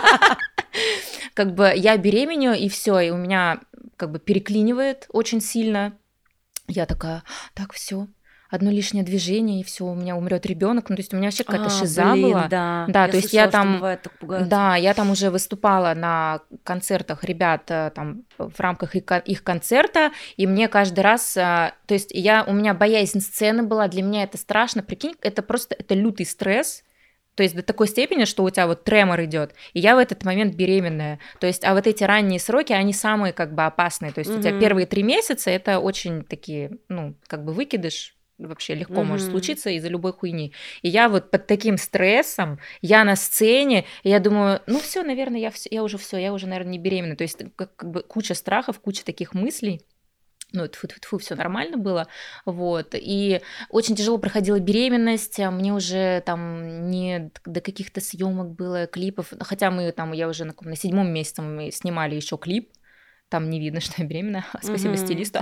Как бы я беременею, и все, и у меня как бы переклинивает очень сильно. Я такая, так, все, одно лишнее движение, и все, у меня умрет ребенок. Ну, то есть у меня вообще какая-то А, шиза блин, была. Да, Да, то есть я слышала, что там- бывает, так пугаются. Да, я там уже выступала на концертах ребят э, там в рамках их кон- их концерта, и мне каждый раз, э, то есть я, у меня боязнь сцены была, для меня это страшно, прикинь, это просто, это лютый стресс, то есть до такой степени, что у тебя вот тремор идет, и я в этот момент беременная, то есть, а вот эти ранние сроки, они самые как бы опасные, то есть у тебя Мгм. первые три месяца это очень такие, ну, как бы выкидыш, вообще легко может Мгм. случиться из-за любой хуйни. И я вот под таким стрессом, я на сцене, и я думаю, ну все, наверное, я, всё- я уже все, я уже, наверное, не беременна. То есть как, как бы куча страхов, куча таких мыслей. Ну, тьфу-тьфу-тьфу, все нормально было, вот, и очень тяжело проходила беременность, а мне уже там не до каких-то съемок было, клипов, хотя мы там, я уже на, каком- на седьмом месяце мы снимали еще клип, там не видно, что я беременна, спасибо Мгм. стилисту,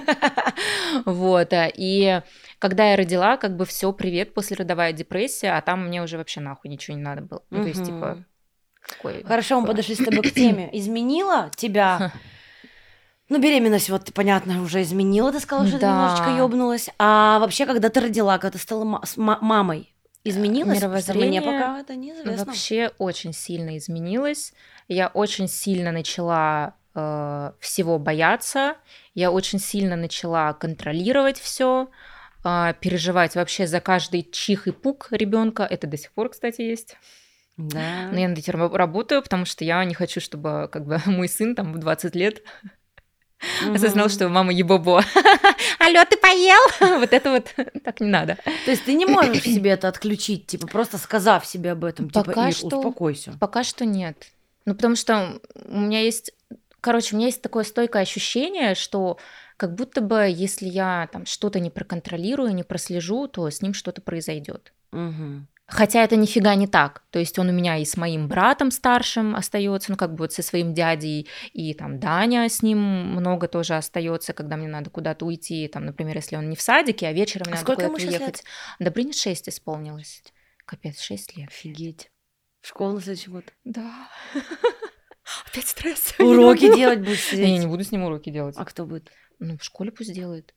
вот, а, и когда я родила, как бы все, привет, послеродовая депрессия, а там мне уже вообще нахуй ничего не надо было, ну, то есть, типа, Мгм. какой... Хорошо, мы какой- подошли с тобой к теме. Изменила тебя? Ну, беременность, вот, понятно, уже изменила, ты сказала, что ты Да. немножечко ёбнулась. А вообще, когда ты родила, когда ты стала ма- с ма- мамой, изменилось? Потому что мне Мировоззрение пока это неизвестно. вообще очень сильно изменилось. Я очень сильно начала э, всего бояться. Я очень сильно начала контролировать все, переживать вообще за каждый чих и пук ребенка. Это до сих пор, кстати, есть. Да. Но я над этим раб- работаю, потому что я не хочу, чтобы как бы мой сын там в двадцать лет осознал, Мгм. что мама ебобо. Алло, ты поел? Вот это вот так не надо. То есть ты не можешь себе это отключить, типа, просто сказав себе об этом, типа, Пока Ир, что- успокойся. Пока что нет. Ну, потому что у меня есть... Короче, у меня есть такое стойкое ощущение, что как будто бы если я там что-то не проконтролирую, не прослежу, то с ним что-то произойдет. Мгм. Хотя это нифига не так. То есть он у меня и с моим братом старшим остается, ну как бы вот со своим дядей, и там Даня с ним много тоже остается, когда мне надо куда-то уйти, там, например, если он не в садике, а вечером мне А надо сколько ему куда-то щас уехать. Добрыне шесть исполнилось. Капец, шесть лет. Офигеть. В школу на следующий год. Да. Опять стресс. Уроки делать будешь Я не сидеть? буду с ним уроки делать. А кто будет? Ну, в школе пусть делает.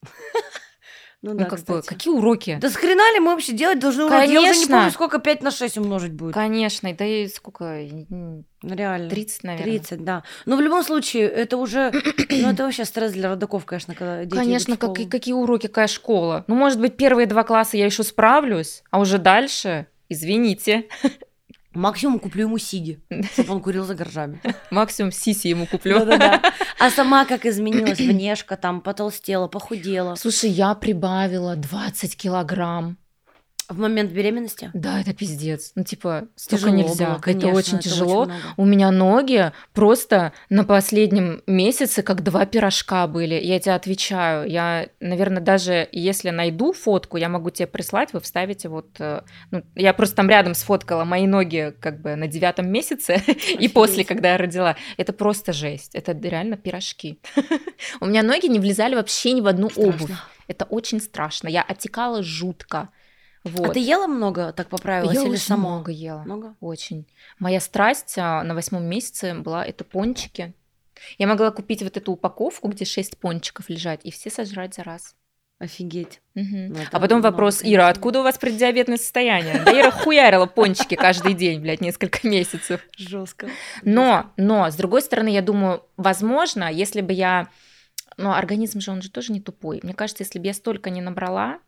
Ну Ну, да, как бы, кстати. какие уроки? Да с хрена ли мы вообще делать должны уроки? Я уже не Конечно. помню, сколько пять на шесть умножить будет. Конечно, да и сколько? м, Ну, реально. тридцать, наверное. тридцать, да. Но в любом случае, это уже... Ну, это вообще стресс для родаков, конечно, когда дети Конечно, идут в как, школу. какие уроки, какая школа? Ну, может быть, первые два класса я еще справлюсь, а уже дальше, извините, Максимум куплю ему сиги, чтобы он курил за гаражами. максимум сиси ему куплю. Да-да-да. А сама как изменилась внешка, там, потолстела, похудела. Слушай, я прибавила двадцать килограмм. В момент беременности? Да, это пиздец. Ну, типа, столько Тяжело нельзя. было, это конечно, очень это тяжело. очень много. У меня ноги просто на последнем месяце как два пирожка были. Я тебе отвечаю. Я, наверное, даже если найду фотку, я могу тебе прислать, вы вставите вот... э, Ну, я просто там рядом сфоткала мои ноги как бы на девятом месяце и после, когда я родила. Это просто жесть. Это реально пирожки. У меня ноги не влезали вообще ни в одну обувь. Страшно. Это очень страшно. Я отекала жутко. Вот. А ты ела много, так поправилась, Я или очень сама? много ела. Много? Очень. Моя страсть а, на восьмом месяце была это пончики. Я могла купить вот эту упаковку, где шесть пончиков лежать, и все сожрать за раз. Офигеть. Мгм. Ну, это А потом много, вопрос, конечно. Ира, откуда у вас преддиабетное состояние? Да Ира хуярила пончики каждый день, блядь, несколько месяцев. Жестко. Но, но, с другой стороны, я думаю, возможно, если бы я... Ну, организм же, он же тоже не тупой. Мне кажется, если бы я столько не набрала,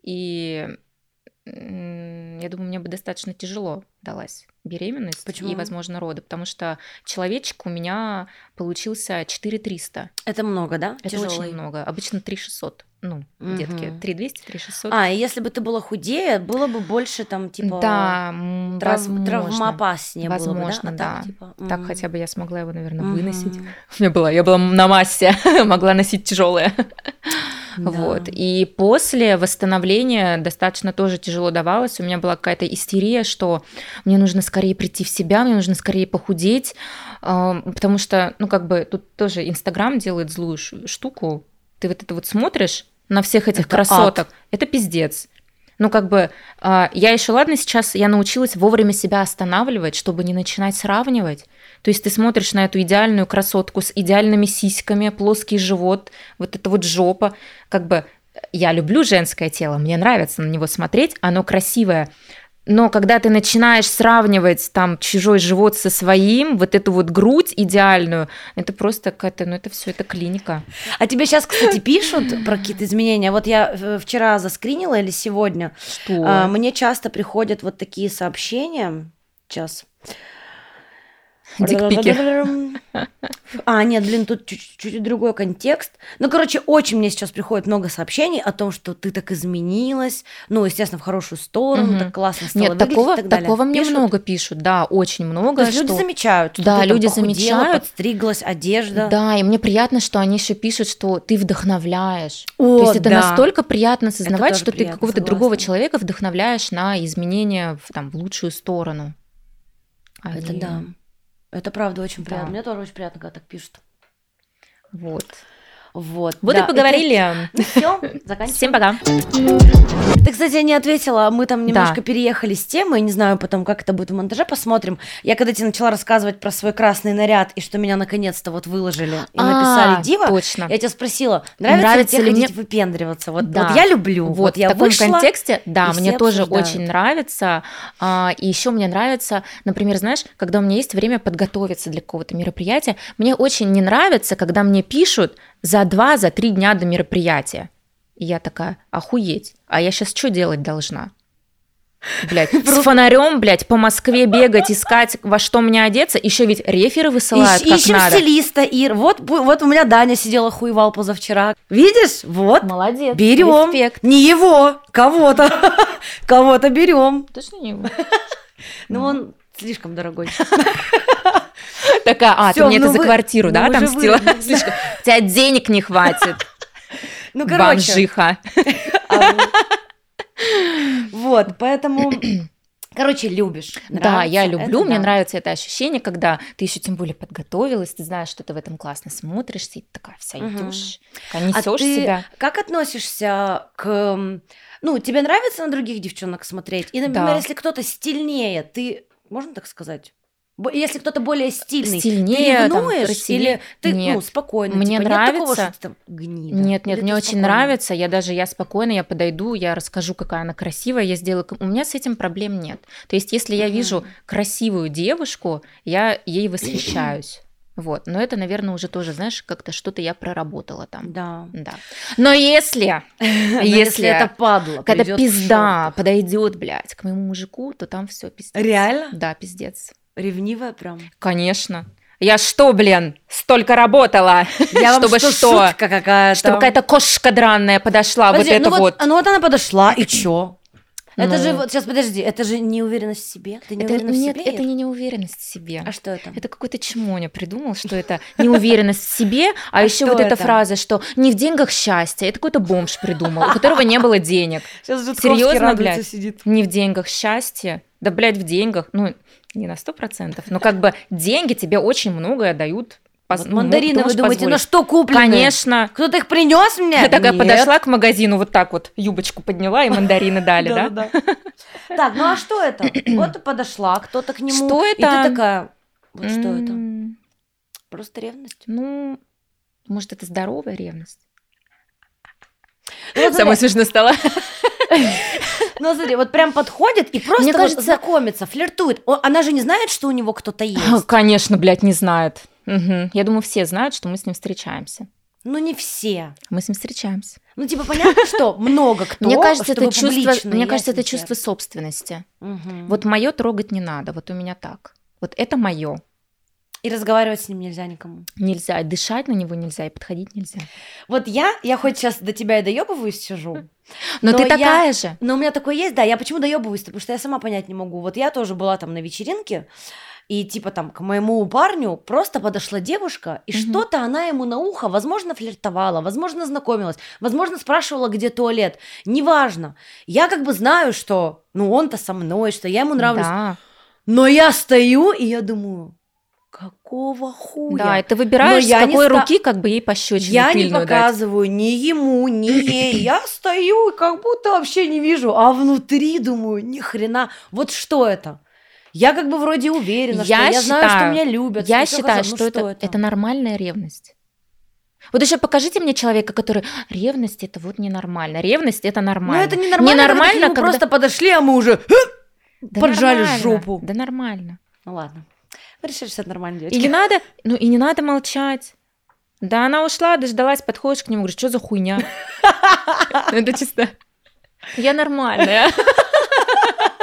и м, я думаю, мне бы достаточно тяжело далась беременность Почему? и, возможно, роды, потому что человечек у меня получился четыре триста. Это много, да? Это Тяжелый. очень много. Обычно три шестьсот. Ну, Мгм. детки, три двести, три шестьсот. А, и если бы ты была худее, было бы больше там, типа... да, м, трав- возможно. травмоопаснее было бы, Возможно, да? А да. так, типа, Так мгм. хотя бы я смогла его, наверное, Мгм. выносить. У меня была, я была на массе, могла носить тяжелое. Да. Вот. И после восстановления достаточно тоже тяжело давалось. У меня была какая-то истерия, что мне нужно скорее прийти в себя, мне нужно скорее похудеть, а, потому что, ну, как бы тут тоже Инстаграм делает злую ш- штуку. Ты вот это вот смотришь на всех этих Это красоток, это пиздец. Ну, как бы, а, я еще, ладно, сейчас я научилась вовремя себя останавливать, чтобы не начинать сравнивать. То есть ты смотришь на эту идеальную красотку с идеальными сиськами, плоский живот, вот эта вот жопа. Как бы я люблю женское тело, мне нравится на него смотреть, оно красивое. Но когда ты начинаешь сравнивать там чужой живот со своим, вот эту вот грудь идеальную, это просто какая-то, ну это все, это клиника. А тебе сейчас, кстати, пишут про какие-то изменения? Вот я э, вчера заскринила или сегодня. Что? А, мне часто приходят вот такие сообщения. Сейчас. Дикпики. А, нет, блин, тут чуть-чуть другой контекст. Ну, короче, очень мне сейчас приходит много сообщений о том, что ты так изменилась. Ну, естественно, в хорошую сторону, Мгм. так классно стала Нет, выглядеть такого, и так далее. такого мне Пишут? много пишут, да, очень много. То есть люди что- замечают, что Да, ты там люди похудела, замечают. подстриглась, одежда. Да, и мне приятно, что они еще пишут, что ты вдохновляешь. О, То есть это да. настолько приятно осознавать, тоже что ты приятно, какого-то согласна. другого человека вдохновляешь на изменения в, там, в лучшую сторону. А Это не- да. Это правда очень Да. приятно. Мне тоже очень приятно, когда так пишут. Вот. Вот. Вот да. и поговорили. Все, заканчиваем. Всем пока. Ты, кстати, не ответила, мы там немножко Да. переехали с темы, не знаю потом, как это будет в монтаже, посмотрим. Я когда тебе начала рассказывать про свой красный наряд, и что меня наконец-то вот выложили и написали А, «Дива», Точно. я тебя спросила, нравится, Нравится ли тебе ли мне- ходить выпендриваться? Вот, Да. вот я люблю, вот, Вот, я в таком вышла, контексте, да, и мне все тоже обсуждают. очень нравится. А, и еще мне нравится, например, знаешь, когда у меня есть время подготовиться для какого-то мероприятия, мне очень не нравится, когда мне пишут за два, за три дня до мероприятия. И я такая, охуеть, а я сейчас что делать должна? Блять, с фонарем, блядь, по Москве бегать, искать, во что мне одеться. Еще ведь реферы высылают, Ищ- как ищем надо. стилиста, Ир. Вот, бу- вот у меня Даня сидела хуевал позавчера. Видишь? Вот. Молодец. Берем. Респект. Не его, кого-то. Кого-то берем. Точно не его? Но он слишком дорогой. Такая, а, ты Всё, мне это ну за вы- квартиру, ну да, вы там же стила? вы- Слишком. У тебя денег не хватит, Ну, короче. бомжиха. а, Вот, поэтому... Короче, любишь. Да, я нравится, люблю, это мне да. нравится это ощущение, когда ты еще тем более подготовилась, ты знаешь, что ты в этом классно смотришься, и ты такая вся Мгм. идешь, А несешь ты себя. как относишься к... м, Ну, тебе нравится на других девчонок смотреть? И, например, Да. если кто-то стильнее, ты... Можно так сказать? Бо- Если кто-то более стильный, Стильнее, ты там, ревнуешь? красивее? Или ты, ну, Нет. спокойно? Мне типа, нет такого, нравится. что ты там гнида? Нет, нет, Или мне ты очень спокойно? нравится. Я даже, я спокойно, я подойду, я расскажу, какая она красивая, я сделаю... У меня с этим проблем нет. То есть, если я Мгм. вижу красивую девушку, я ей восхищаюсь. Вот. Но это, наверное, уже тоже, знаешь, как-то что-то я проработала там. Да. Да. Но если, Но если это падла, когда придёт в пизда шортах. подойдет, блядь, к моему мужику, то там все пиздец. Реально? Да, пиздец. Ревнивая прям? Конечно. Я что, блин, столько работала, Я вам чтобы что, что? шутка какая-то? Чтобы какая-то кошка дранная подошла, Подожди, вот это ну вот. Ну вот она подошла, и чё? Это Ну. же, вот сейчас, подожди, это же неуверенность в себе? Ты не Это, уверена в нет, себе? это Ир? не неуверенность в себе. А что это? Это какой-то чмоня придумал, что это неуверенность в себе, а, А еще что вот эта это? фраза, что не в деньгах счастье, это какой-то бомж придумал, у которого не было денег. Сейчас Серьезно, блядь? сидит. Не в деньгах счастье, да, блядь, в деньгах, ну, не на сто процентов, но как бы деньги тебе очень многое дают. Пос- Вот ну, мандарины, ты вы можешь думаете, позволить. на что куплены? Конечно. Кто-то их принес мне? Я такая Нет. подошла к магазину, вот так вот юбочку подняла и мандарины дали, да? Да-да-да. Так, ну а что это? Вот ты подошла, кто-то к нему. Что И это? ты такая, вот что это? М, Просто ревность? Ну, может, это здоровая ревность? Ну, вот Самое смотри, смешное стало. ну, смотри, вот прям подходит и просто Мне вот кажется- знакомится, флиртует. О, она же не знает, что у него кто-то есть. Конечно, блядь, не знает. Мгм. Я думаю, все знают, что мы с ним встречаемся. Ну, не все. Мы с ним встречаемся. Ну, типа, понятно, что много кто, Мне кажется, чтобы это чувство, публично, мне кажется, это ясненько. чувство собственности. Мгм. Вот мое трогать не надо, вот у меня так. Вот это мое. И разговаривать с ним нельзя никому. Нельзя, и дышать на него нельзя, и подходить нельзя. Вот я, я хоть сейчас до тебя и доебываюсь сижу, Но, Но ты я- такая же. но у меня такое есть, да, я почему доебываюсь, потому что я сама понять не могу. Вот я тоже была там на вечеринке, и типа там к моему парню просто подошла девушка, и Мгм. что-то она ему на ухо, возможно, флиртовала, возможно, знакомилась, возможно, спрашивала, где туалет. Неважно. Я как бы знаю, что, ну, он-то со мной, что я ему нравлюсь. Да, Но я стою, и я думаю, какого хуя? да, и ты выбираешь, Но с я не какой ста- руки как бы ей пощечину Я не тыльную дать. показываю ни ему, ни ей. Я стою и как будто вообще не вижу, а внутри думаю, ни хрена. Вот что это? Я как бы вроде уверена, Я что я знаю, что считаю- меня любят. Я всё считаю, хорошо. Ну что, это, это нормальная ревность. Вот еще покажите мне человека, который... Ревность – это вот ненормально. Ревность – это Ну нормально. это ненормально, когда Ненормально, к нему когда- просто подошли, а мы уже Да поджали нормально, жопу. Да нормально. Ну ладно. Вы решили, что это нормально, И девочки. не надо, ну и не надо молчать. Да она ушла, дождалась, подходишь к нему, говоришь, что за хуйня? Ну, это чисто. Я нормальная.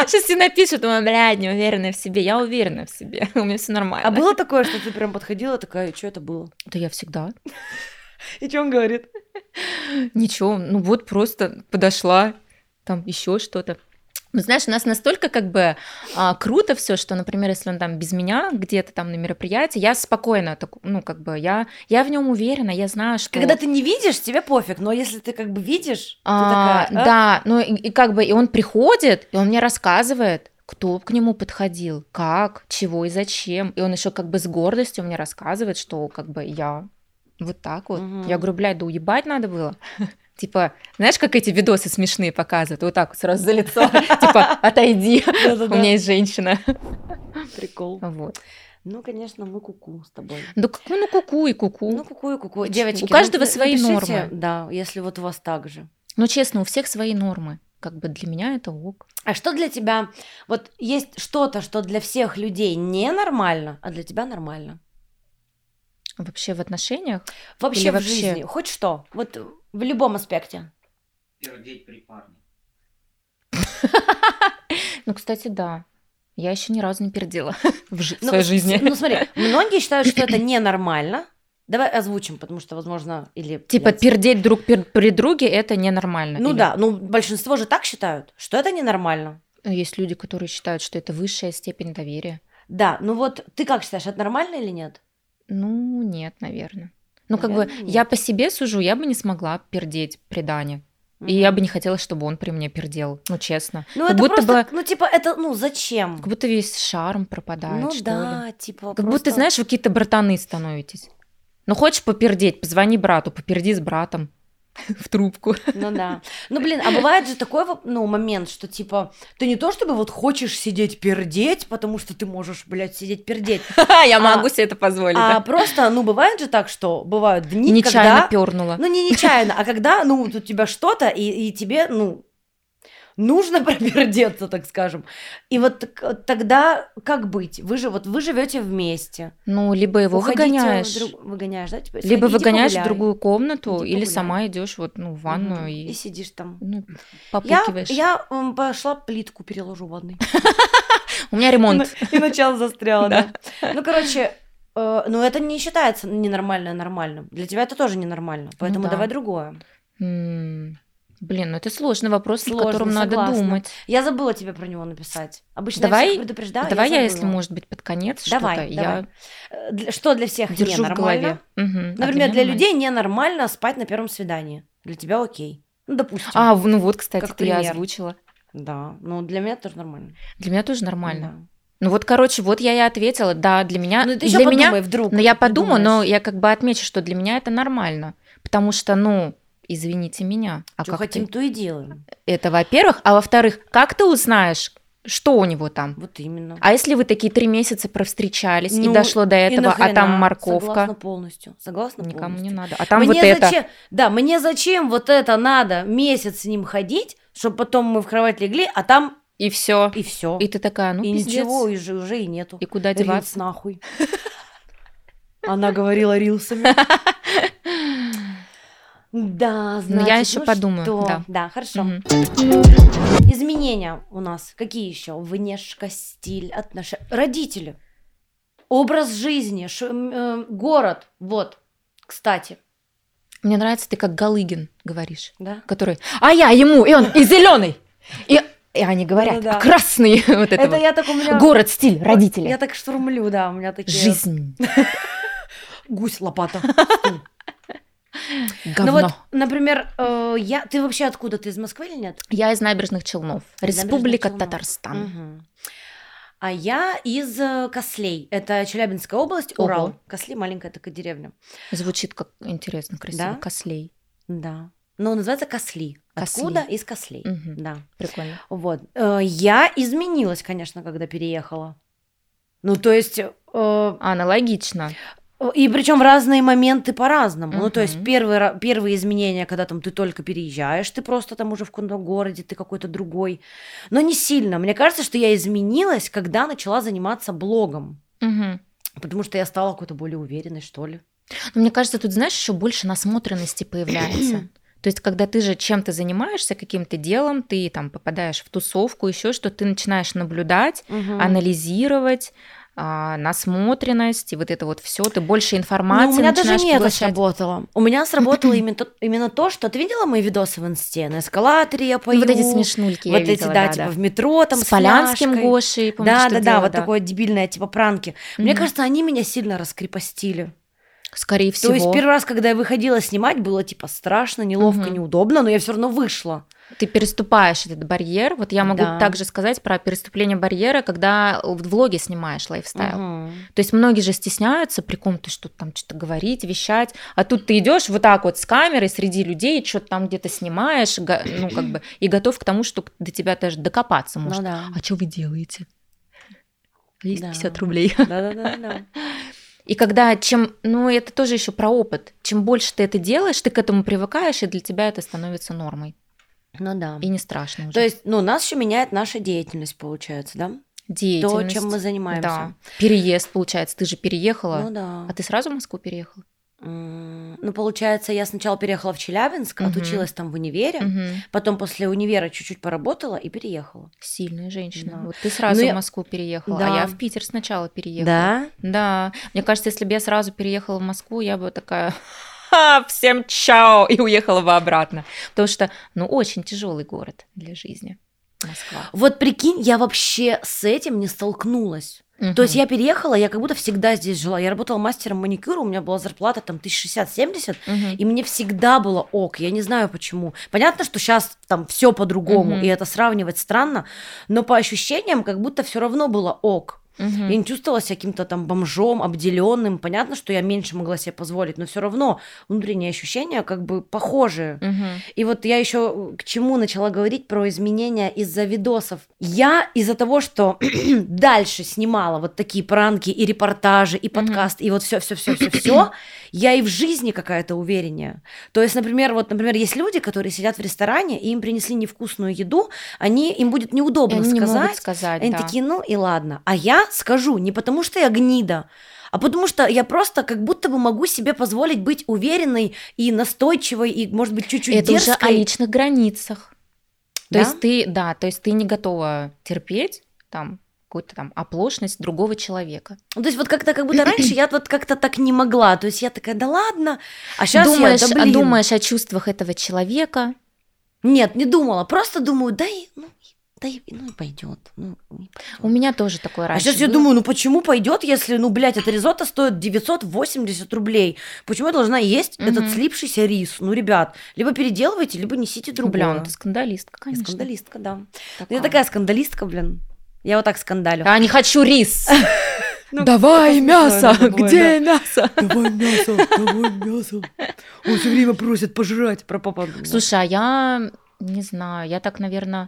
Сейчас все напишут, думаю, блядь, не уверенная в себе. Я уверена в себе, у меня все нормально. А было такое, что ты прям подходила такая, что это было? Да я всегда. И что он говорит? Ничего, ну вот просто подошла, там еще что-то. Ну, знаешь, у нас настолько как бы а, круто все, что, например, если он там без меня где-то там на мероприятии, я спокойно, так, ну, как бы, я, я в нем уверена, я знаю, что... Когда ты не видишь, тебе пофиг, но если ты как бы видишь, А, ты такая... а? Да, ну и, и как бы, и он приходит, и он мне рассказывает, кто к нему подходил, как, чего и зачем. И он еще как бы с гордостью мне рассказывает, что как бы я вот так вот. Мгм. Я говорю, блядь, да уебать надо было. Типа, знаешь, как эти видосы смешные показывают? Вот так вот сразу за лицо. Типа, отойди, у Да-да-да. меня есть женщина. Прикол. Вот. Ну, конечно, мы куку с тобой. Да ку- ну куку и куку. Ну, куку и куку. Девочки, У каждого ну, свои напишите, нормы. Да, если вот у вас так же. Ну, честно, у всех свои нормы. Как бы для меня это ок. А что для тебя... Вот есть что-то, что для всех людей ненормально, а для тебя нормально? Вообще в отношениях? Вообще Или в вообще? жизни. Хоть что. Вот в любом аспекте. Пердеть при парне. Ну, кстати, да. Я еще ни разу не пердела в жи- в Ну, своей с- жизни. Ну, смотри, многие считают, что это ненормально. Давай озвучим, потому что, возможно, или... Типа нет. пердеть друг пер- при друге это ненормально. Ну Или да, ну большинство же так считают, что это ненормально. есть люди, которые считают, что это высшая степень доверия. Да, ну вот ты как считаешь, это нормально или нет? Ну, нет, наверное. Ну, как бы Наверное, я нет. по себе сужу, я бы не смогла пердеть при Дане. И я бы не хотела, чтобы он при мне пердел. Ну, честно. Ну как это будто просто, бы, ну типа это, ну зачем? как будто весь шарм пропадает, Ну что да, ли. типа Как просто- будто, знаешь, вы какие-то братаны становитесь. Ну, хочешь попердеть, позвони брату, поперди с братом в трубку. Ну да. Ну блин, а бывает же такой вот, ну, момент, что типа ты не то чтобы вот хочешь сидеть пердеть, потому что ты можешь, блядь, сидеть пердеть, Я А- могу себе это позволить, а да. просто, ну, бывает же так, что бывают дни, Нечаянно когда... пернула. Ну, не нечаянно, а когда, ну, вот у тебя что-то, и, и тебе, ну, нужно пропердеться, так скажем. И вот так- тогда как быть? Вы же, вот вы живете вместе. Ну, либо его Уходите в выгоняешь, друг- Выгоняешь, да? Типа, либо иди выгоняешь в погуляй. другую комнату, Иди или погуляй. сама идешь вот, ну, в ванную Мгм. и, И сидишь там. ну, Я, попукиваешь. я м, пошла плитку переложу в ванной. У меня ремонт. И начало застряло, Да. да. Ну, короче, э, ну это не считается ненормально нормальным. Для тебя это тоже ненормально. Поэтому да. давай другое. М, Блин, ну это сложный вопрос, над Сложный, которым надо согласна. думать. Я забыла тебе про него написать. Обычно Давай- я всех предупреждаю. Давай я, я если, забыла. может быть, под конец Давай, что-то, давай. я Э, для- Что для всех держу в ненормально? голове. Мгм. А Например, меня для нормально. людей ненормально спать на первом свидании. Для тебя окей. Ну, допустим. А, в- ну вот, кстати, Как ты я пример. озвучила. Да, ну для меня тоже нормально. Для меня тоже нормально. Да. Ну вот, короче, вот я и ответила. Да, для меня... Ну ты еще для подумай, меня... вдруг. Ну я ты подумаю, но думаешь, я как бы отмечу, что для меня это нормально. Потому что, ну, извините меня. А что как хотим, ты? то и делаем. Это, во-первых. А во-вторых, как ты узнаешь, что у него там? Вот именно. А если вы такие три месяца провстречались, Ну, и дошло до И этого, а нахрена? там Согласна морковка, полностью. Согласна никому полностью. не надо. А там мне вот это. зачем, да, мне зачем вот это надо месяц с ним ходить, чтобы потом мы в кровать легли, а там И все. и все. И ты такая, ну, и пиздец. ничего, и же, уже и нету. И куда Рилс деваться? нахуй. Она говорила рилсами. Да, значит, Ну, я еще ну подумаю, что? да. Да, хорошо. Мгм. Изменения у нас какие еще? Внешка, стиль, отношения. Родители. Образ жизни, ш- м, э, город. Вот, кстати. Мне нравится, ты как Галыгин говоришь, Да? который, а я ему, и он, и зеленый. И, и они говорят, Да-да-да. а красный. Вот это Это вот. я так у меня... Город, стиль, родители. Я так штурмлю, да, у меня такие... Жизнь. Гусь, лопата. Ну Говно. вот, например, э, я... Ты вообще откуда? Ты из Москвы или нет? Я из Набережных Челнов. Из Набережных Республика Челнов. Татарстан. Мгм. А я из э, Кослей. Это Челябинская область, Ого. Урал. Косли маленькая такая деревня. Звучит как интересно, красиво. Да? Кослей. Да. Но называется Косли. Косли. Откуда? Из Кослей. Мгм. Да. Прикольно. Вот. Э, Я изменилась, конечно, когда переехала. Ну, то есть... э, Аналогично. И причем в разные моменты по-разному. Ну, то есть Мгм. первые, ра- первые изменения, когда там ты только переезжаешь, ты просто там уже в каком-то городе, ты какой-то другой. Но не сильно. Мне кажется, что я изменилась, когда начала заниматься блогом. Мгм. Потому что я стала какой-то более уверенной, что ли. Но мне кажется, тут, знаешь, еще больше насмотренности появляется. То есть, когда ты же чем-то занимаешься, каким-то делом, ты там попадаешь в тусовку, еще что, ты начинаешь наблюдать, Мгм. анализировать, а, насмотренность, и вот это вот все, ты больше информации Ну, у меня даже начинаешь не это поглощать. сработало. У меня сработало именно то, именно то, что ты видела мои видосы в инсте? На эскалаторе я пою. Вот эти смешнульки я Вот эти, видела, да, да, типа да. в метро там С с, Полянским фляжкой. Гошей, помню, Да, что да, да, делала, вот да. такое дебильное, типа пранки. Мне Мгм. кажется, они меня сильно раскрепостили. Скорее всего. То есть первый раз, когда я выходила снимать, было типа страшно, неловко, Мгм. неудобно, но я все равно вышла. Ты переступаешь этот барьер. Вот я могу Да. также сказать про переступление барьера, когда в влоге снимаешь лайфстайл. Мгм. То есть многие же стесняются при ком-то что-то там что-то говорить, вещать, а тут ты идешь вот так вот с камерой среди людей, что-то там где-то снимаешь, го- ну как бы и готов к тому, что до тебя даже докопаться Ну может. да. А что вы делаете? Есть Да. пятьдесят рублей. Да-да-да. И когда чем, ну это тоже еще про опыт. Чем больше ты это делаешь, ты к этому привыкаешь, и для тебя это становится нормой. Ну да. И не страшно уже. То есть, ну, нас еще меняет наша деятельность, получается, да? То, Деятельность. чем мы занимаемся. Да. Переезд, получается. Ты же переехала. Ну да. А ты сразу в Москву переехала? М, Ну, получается, я сначала переехала в Челябинск, Мгм. отучилась там в универе, Мгм. потом после универа чуть-чуть поработала и переехала. Сильная женщина. Да. Вот ты сразу Ну, в я- Москву переехала, Да. а я в Питер сначала переехала. Да? Да. Мне кажется, если бы я сразу переехала в Москву, я бы такая «Ха, всем чао!» и уехала бы обратно. Потому что, ну, очень тяжелый город для жизни. Москва. Вот прикинь, я вообще с этим не столкнулась. То есть я переехала, я как будто всегда здесь жила. Я работала мастером маникюра, у меня была зарплата там тысяча шестьдесят-семьдесят, Мгм. и мне всегда было ок. Я не знаю почему. Понятно, что сейчас там все по-другому, Мгм. и это сравнивать странно, но по ощущениям как будто все равно было ок. Мгм. Я не чувствовала себя каким-то там бомжом, обделенным. Понятно, что я меньше могла себе позволить, но все равно внутренние ощущения как бы похожие. Мгм. И вот я еще к чему начала говорить про изменения из-за видосов. Я из-за того, что дальше снимала вот такие пранки и репортажи, и Мгм. подкасты, и вот все, все, все, все, все, я и в жизни какая-то увереннее. То есть, например, вот, например, есть люди, которые сидят в ресторане, и им принесли невкусную еду, они, им будет И неудобно они не могут сказать. сказать, Они да. такие, ну и ладно. А я скажу не потому, что я гнида, а потому что я просто как будто бы могу себе позволить быть уверенной и настойчивой, и, может быть, чуть-чуть Это уже дерзкой. о личных границах. То Да? есть ты, да, то есть ты не готова терпеть там какую-то там оплошность другого человека. Ну, то есть вот как-то как будто раньше я вот как-то так не могла. То есть я такая, да ладно. А сейчас думаешь, я, да а блин. думаешь о чувствах этого человека. Нет, не думала. Просто думаю, да и, ну, да и, ну и пойдет. Ну, и пойдёт. У меня тоже такое А раньше сейчас я было. думаю, ну почему пойдет, если, ну, блядь, это ризотто стоит девятьсот восемьдесят рублей? Почему я должна есть Мгм. этот слипшийся рис? Ну, ребят, либо переделывайте, либо несите другое. Бля, ну ты скандалистка, Я конечно. скандалистка, да. Такая. Я такая скандалистка, блин. Я вот так скандалю. А не хочу рис. Ну, Давай это мясо, смешно, давай, где мясо? Давай мясо, давай мясо. Он все время просит пожрать про папа. Слушай, а я не знаю, я так, наверное,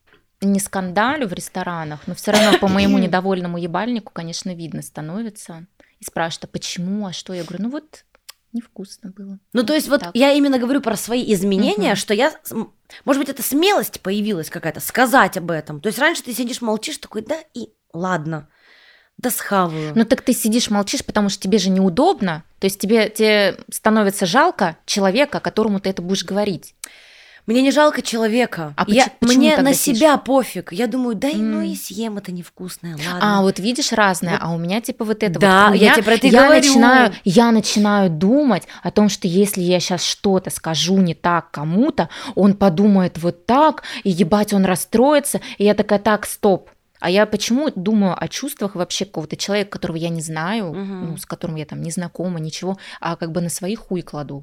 не скандалю в ресторанах, но все равно по моему недовольному ебальнику, конечно, видно становится. И спрашивают, а почему, а что? Я говорю, ну вот невкусно было. Ну, то есть вот Так. я именно говорю про свои изменения, Мгм. что я, с- м, может быть, это смелость появилась какая-то, сказать об этом. То есть раньше ты сидишь, молчишь, такой, да и ладно, да схаваю. Ну так ты сидишь, молчишь, потому что тебе же неудобно. То есть тебе, тебе становится жалко человека, которому ты это будешь говорить. Мне не жалко человека. А Я- поч- почему мне тогда на сидишь? себя пофиг. Я думаю, да и ну М. и съем это невкусное, ладно. А, вот видишь, разное, Вот. а у меня типа вот это Да, вот я хуйня. тебе про это и я говорю. начинаю, я начинаю думать о том, что если я сейчас что-то скажу не так кому-то, он подумает вот так, и ебать, он расстроится, и я такая, так, стоп. А я почему думаю о чувствах вообще какого-то человека, которого я не знаю, Мгм. ну, с которым я там не знакома, ничего, а как бы на свои хуй кладу.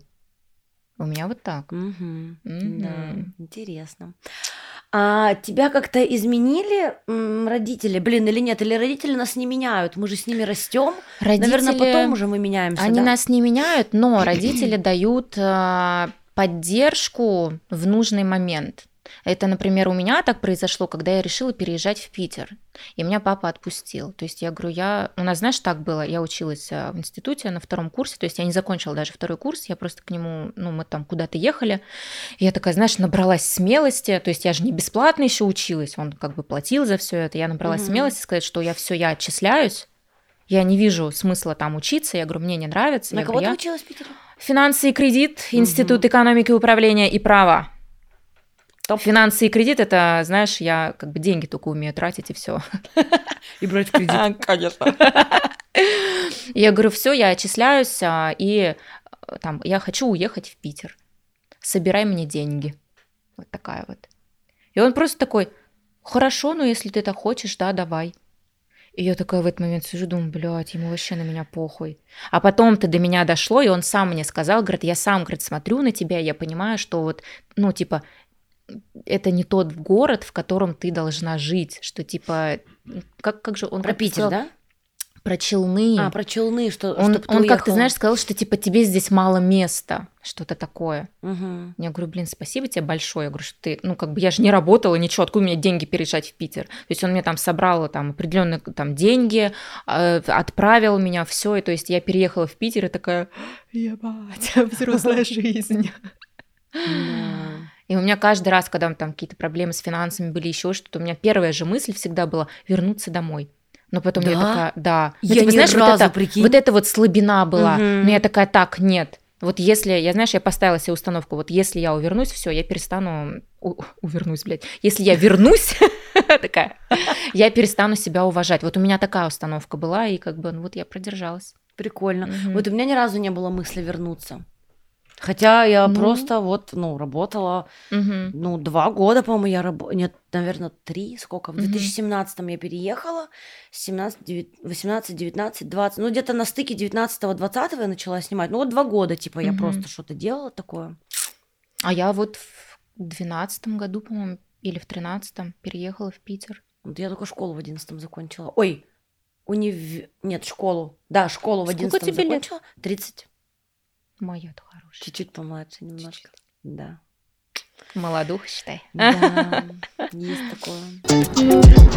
У меня вот так. Мгм. Мгм. Да, интересно. А тебя как-то изменили м, родители? Блин, или нет? Или родители нас не меняют? Мы же с ними растем. Наверное, Родители- потом уже мы меняемся. Они да? нас не меняют, но родители дают а, поддержку в нужный момент. Это, например, у меня так произошло, когда я решила переезжать в Питер, и меня папа отпустил. То есть я говорю, я... У нас, знаешь, так было, я училась а, в институте на втором курсе, то есть я не закончила даже второй курс, я просто к нему, ну, мы там куда-то ехали, и я такая, знаешь, набралась смелости, то есть я же не бесплатно еще училась, он как бы платил за все это, я набралась Мгм. смелости сказать, что я все, я отчисляюсь, я не вижу смысла там учиться, я говорю, мне не нравится. На я кого говорю, ты я- училась в Питере? Финансы и кредит, Мгм. Институт экономики, управления и права. Топ. Финансы и кредит, это, знаешь, я как бы деньги только умею тратить, и все. И брать кредит. Конечно. Я говорю, все, я отчисляюсь, а, и а, там, я хочу уехать в Питер. Собирай мне деньги. Вот такая вот. И он просто такой, хорошо, но если ты так хочешь, да, давай. И я такая в этот момент сижу, думаю, блядь, ему вообще на меня похуй. А потом-то до меня дошло, и он сам мне сказал, говорит, я сам, говорит, смотрю на тебя, и я понимаю, что вот, ну, типа, это не тот город, в котором ты должна жить, что, типа, как, как же он... Про как Питер, сказал? да? Про Челны. А, про Челны, что Он, чтоб ты он как-то, уехала. знаешь, сказал, что типа тебе здесь мало места, что-то такое. Мгм. Я говорю, блин, спасибо тебе большое. Я говорю, что ты, ну как бы я же не работала, ничего, откуда у меня деньги переезжать в Питер? То есть он мне там собрал там определенные там деньги, э, отправил меня, все, и то есть я переехала в Питер и такая, ебать, взрослая жизнь. Да. И у меня каждый раз, когда там какие-то проблемы с финансами были, еще что-то, у меня первая же мысль всегда была вернуться домой. Но потом я Да? такая, да. Ну, Я типа, ни знаешь, вот разу, это, прикинь. вот это вот слабина была. Мгм. Но я такая, так, нет. Вот если, я, знаешь, я поставила себе установку, вот если я увернусь, все, я перестану... У- увернусь, блядь. Если я вернусь, такая, я перестану себя уважать. Вот у меня такая установка была, и как бы, ну вот я продержалась. Прикольно. Мгм. Вот у меня ни разу не было мысли вернуться. Хотя я Ну. просто вот, ну, работала, Мгм. ну, два года, по-моему, я работала, нет, наверное, три, сколько, в Мгм. две тысячи семнадцатом я переехала, семнадцать, девят- восемнадцать, девятнадцать, двадцать, ну, где-то на стыке девятнадцатого двадцатого я начала снимать, ну, вот два года, типа, я Мгм. просто что-то делала такое. А я вот в двенадцатом году, по-моему, или в тринадцатом переехала в Питер. Вот я только школу в одиннадцатом закончила. Ой, унив... нет, школу, да, школу в Сколько одиннадцатом тебе лет? закончила, тридцать, Моя-то хорошая. чуть-чуть помладше немножко, да. Молодуха, считай. Да, есть такое.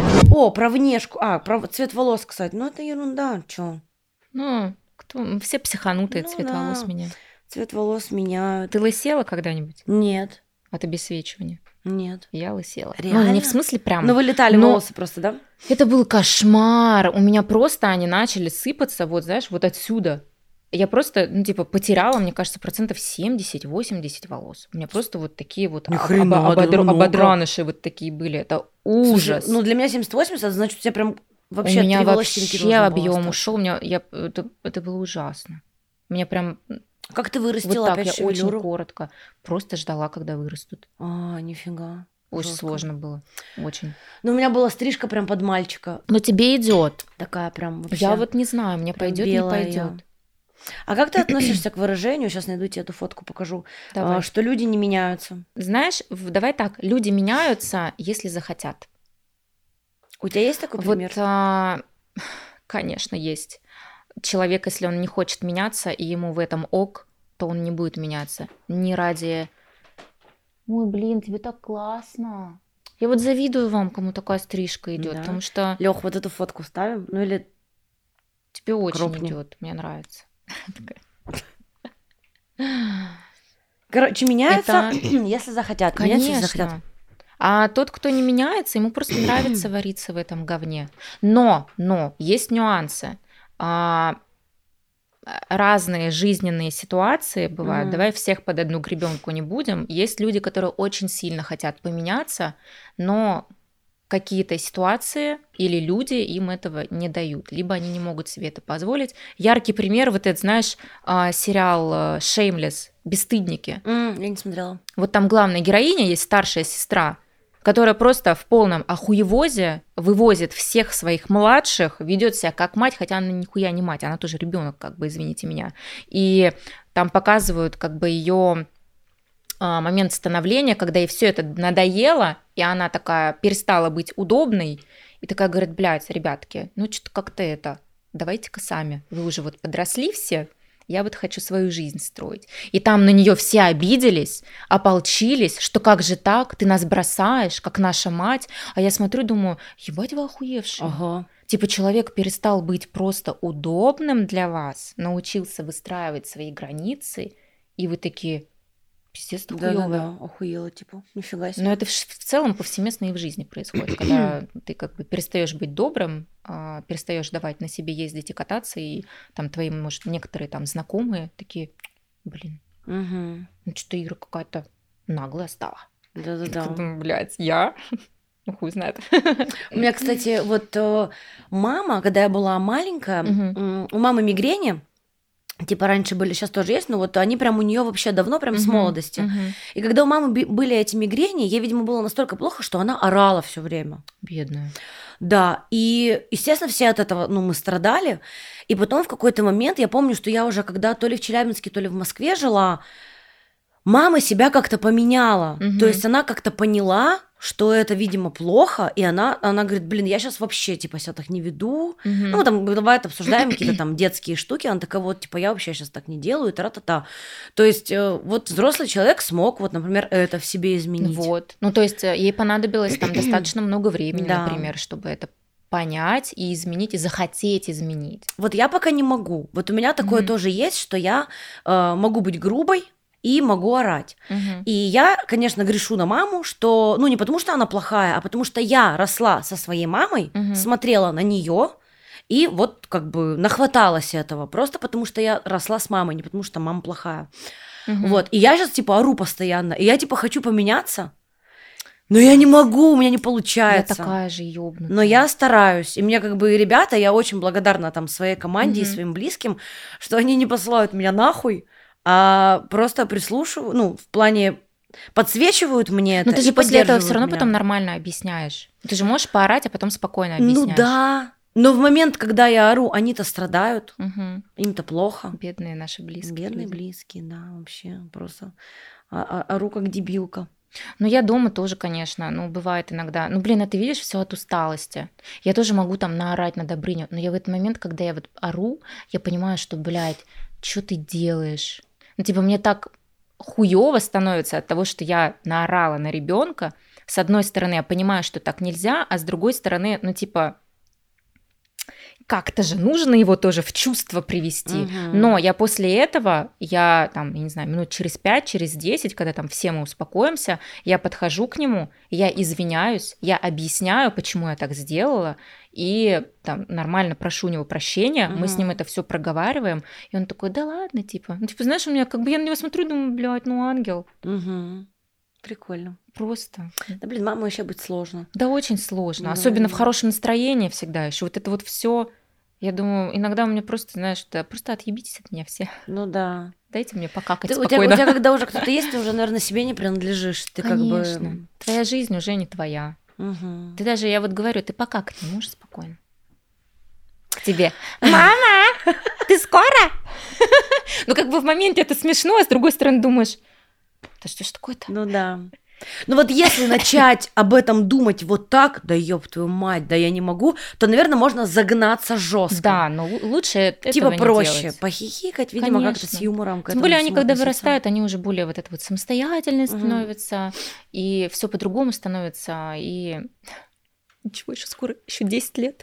О, про внешку. А, про цвет волос, кстати. Ну, это ерунда. Чё? Ну, кто... все психанутые, Ну цвет да. волос меняют. Цвет волос меняют. Ты лысела когда-нибудь Нет, от обесвечивания? нет. Я лысела. Ну, Реально? не в смысле прям. Ну, вылетали Но- волосы просто, да? Это был кошмар. У меня просто они начали сыпаться, вот, знаешь, вот отсюда. Я просто, ну, типа, потеряла, мне кажется, процентов семьдесят-восемьдесят волос. У меня просто вот такие вот Ни об- хрена, об- да ободр- много. ободраныши вот такие были. Это ужас. Слушай, ну, для меня семьдесят-восемьдесят, значит, у тебя прям вообще у меня три волосинки вообще должно было объем остаться. ушел. У меня, я, это, это было ужасно. Мне прям Как ты вот вырастила так, опять я очень шевелюру? коротко. Просто ждала, когда вырастут. А, нифига. Очень Жёстко. сложно было. Очень. Ну, у меня была стрижка прям под мальчика. Но тебе идет. Такая прям вообще. Я вот не знаю, мне прям пойдет, не белая пойдет. я. А как ты относишься к выражению? Сейчас найду тебе эту фотку, покажу. Давай. а, что люди не меняются. Знаешь, в- давай так, люди меняются, если захотят. У тебя есть такой Вот, пример? а, конечно, есть. Человек, если он не хочет меняться, и ему в этом ок, то он не будет меняться. Не ради... Ой, блин, тебе так классно. Я вот завидую вам, кому такая стрижка идет, Да. потому что Лех, вот эту фотку ставим? Ну или тебе очень Кропни. идет, мне нравится. короче меняются, Это- если захотят. Меняются, если захотят. Конечно. А тот, кто не меняется, ему просто нравится вариться в этом говне. Но, но, есть нюансы. А, разные жизненные ситуации бывают. Мгм. Давай всех под одну гребенку не будем. Есть люди, которые очень сильно хотят поменяться, но какие-то ситуации или люди им этого не дают, либо они не могут себе это позволить. Яркий пример, вот этот, знаешь, а, сериал а, Shameless, «Бесстыдники». М, я не смотрела. Вот там главная героиня есть старшая сестра, которая просто в полном охуевозе вывозит всех своих младших, ведет себя как мать, хотя она нихуя не мать, она тоже ребенок, как бы, извините меня. И там показывают как бы ее момент становления, когда ей все это надоело, и она такая перестала быть удобной, и такая говорит, блядь, ребятки, ну что-то как-то это, давайте-ка сами, вы уже вот подросли все, я вот хочу свою жизнь строить. И там на нее все обиделись, ополчились, что как же так, ты нас бросаешь, как наша мать. А я смотрю, думаю, ебать вы охуевшие. Ага. Типа человек перестал быть просто удобным для вас, научился выстраивать свои границы, и вы такие, пиздец, ты хуёвая. Да-да-да, охуела, типа, нифига себе. Но это в ш- в целом повсеместно и в жизни происходит, когда ты как бы перестаешь быть добрым, а, перестаешь давать на себе ездить и кататься, и там твои, может, некоторые там знакомые такие, блин, Мгм. ну что-то Ира какая-то наглая стала. Да-да-да. Я думаю, блядь, я? Ну, хуй знает. У меня, кстати, вот э, мама, когда я была маленькая, Мгм. м, у мамы мигрени, типа раньше были, сейчас тоже есть, но вот они прям у нее вообще давно, прям с Мгм, молодости. мгм. И когда у мамы би- были эти мигрени, ей, видимо, было настолько плохо, что она орала все время. Бедная. Да, и, естественно, все от этого, ну, мы страдали. И потом в какой-то момент, я помню, что я уже когда то ли в Челябинске, то ли в Москве жила, мама себя как-то поменяла. Мгм. То есть она как-то поняла, что это, видимо, плохо, и она, она говорит, блин, я сейчас вообще, типа, себя так не веду. Мгм. Ну, там, бывает, обсуждаем какие-то там детские штуки, она такая, вот, типа, я вообще сейчас так не делаю, тра-та-та. То есть э, вот взрослый человек смог, вот, например, это в себе изменить. Вот. Ну, то есть э, ей понадобилось там достаточно много времени, Да. например, чтобы это понять и изменить, и захотеть изменить. Вот я пока не могу. Вот у меня такое Мгм. тоже есть, что я э, могу быть грубой и могу орать. Мгм. И я, конечно, грешу на маму, что, ну, не потому что она плохая, а потому что я росла со своей мамой, Мгм. смотрела на нее и вот как бы нахваталась этого. Просто потому что я росла с мамой, не потому что мама плохая. Мгм. Вот. И я сейчас, типа, ору постоянно. И я, типа, хочу поменяться, но я не могу, у меня не Я получается. такая же ёбнутая. Но я стараюсь. И мне как бы ребята, я очень благодарна там своей команде и Мгм. своим близким, что они не посылают меня нахуй, а просто прислушивают, ну, в плане подсвечивают мне это. Но ты же и после этого все поддерживают равно меня. потом нормально объясняешь. Ты же можешь поорать, а потом спокойно Ну объясняешь. да. Но в момент, когда я ору, они-то страдают, Мгм. им-то плохо. Бедные наши близкие. Бедные люди. близкие, да, вообще просто а- а- ору как дебилка. Ну, я дома тоже, конечно, ну, бывает иногда. Ну, блин, а ты видишь, все от усталости. Я тоже могу там наорать на Добрыню, но я в этот момент, когда я вот ору, я понимаю, что, блядь, что ты делаешь? Ну, типа, мне так хуёво становится от того, что я наорала на ребенка. С одной стороны, я понимаю, что так нельзя, а с другой стороны, ну, типа, как-то же нужно его тоже в чувство привести. Мгм. Но я после этого, я там, я не знаю, минут через пять, через десять, когда там все мы успокоимся, я подхожу к нему, я извиняюсь, я объясняю, почему я так сделала, и там нормально прошу у него прощения, мы с ним Мгм. это все проговариваем, и он такой, да ладно, типа. Ну, типа, знаешь, у меня как бы я на него смотрю, думаю, блядь, ну ангел, Мгм. Прикольно. просто. Да, блин, маму вообще быть сложно. Да очень сложно, Да. особенно в хорошем настроении всегда еще. Вот это вот все. Я думаю, иногда у меня просто, знаешь, да, просто отъебитесь от меня все. Ну да. Дайте мне покакать Ты- у, тебя, у спокойно. тебя когда уже кто-то есть, ты уже, наверное, себе не принадлежишь. Ты Конечно. как бы... Твоя жизнь уже не твоя. Мгм. Ты даже, я вот говорю, ты покакать не можешь спокойно. К тебе. Мама, ты скоро? Ну, как бы в моменте это смешно, а с другой стороны думаешь, да что ж такое-то? Ну да. Ну вот если начать об этом думать вот так, да ёб твою мать, да я не могу, то, наверное, можно загнаться жестко. Да, но лу- лучше этого Типа не проще делать. похихикать, видимо, как-то с Конечно. юмором к Тем этому более они, всему когда относиться. вырастают, они уже более вот это вот самостоятельные Мгм. становятся, и все по-другому становится, и ничего, еще скоро, еще десять лет,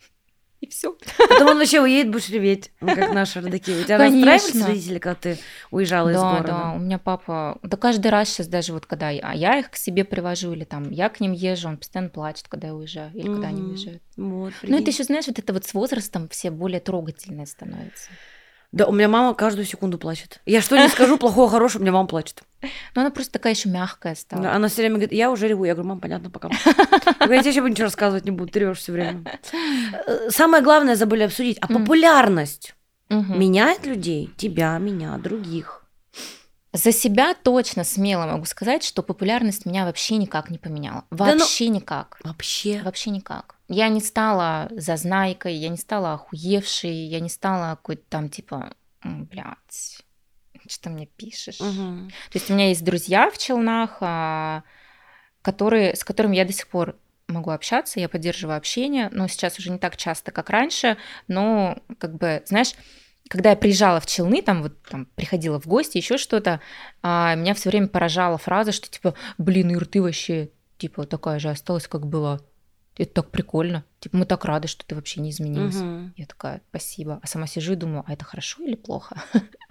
и все. Потом он вообще уедет, будешь реветь, ну, как наши родаки. У тебя Конечно. расстраивались родители, когда ты уезжала из Да, города? да, у меня папа, да каждый раз сейчас даже вот когда я, а я их к себе привожу, или там я к ним езжу, он постоянно плачет, когда я уезжаю, или когда они Мгм. уезжают. Вот, Ну прикинь. это еще, знаешь, вот это вот с возрастом все более трогательные становятся. Да, у меня мама каждую секунду плачет. Я что не скажу, плохого, хорошего, у меня мама плачет. Но она просто такая еще мягкая стала. Да, она все время говорит, я уже реву. Я говорю, мам, понятно, пока. Я говорю, я тебе еще ничего рассказывать не буду, ты ревешь все время. Э, Самое главное забыли обсудить, а М. популярность Мгм. меняет людей? Тебя, меня, других. За себя точно смело могу сказать, что популярность меня вообще никак не поменяла. ну- Вообще никак. Вообще. Вообще никак. Я не стала зазнайкой, я не стала охуевшей, я не стала какой-то там типа, «М, блядь, что мне пишешь?» Мгм. То есть у меня есть друзья в Челнах, а, которые, с которыми я до сих пор могу общаться, я поддерживаю общение, но сейчас уже не так часто, как раньше, но как бы, знаешь, когда я приезжала в Челны, там вот там приходила в гости, еще что-то, а, меня все время поражала фраза, что типа, блин, Ир, ты вообще типа такая же осталась, как была. Это так прикольно. Типа, мы так рады, что ты вообще не изменилась. Мгм. Я такая, спасибо. А сама сижу и думаю, а это хорошо или плохо?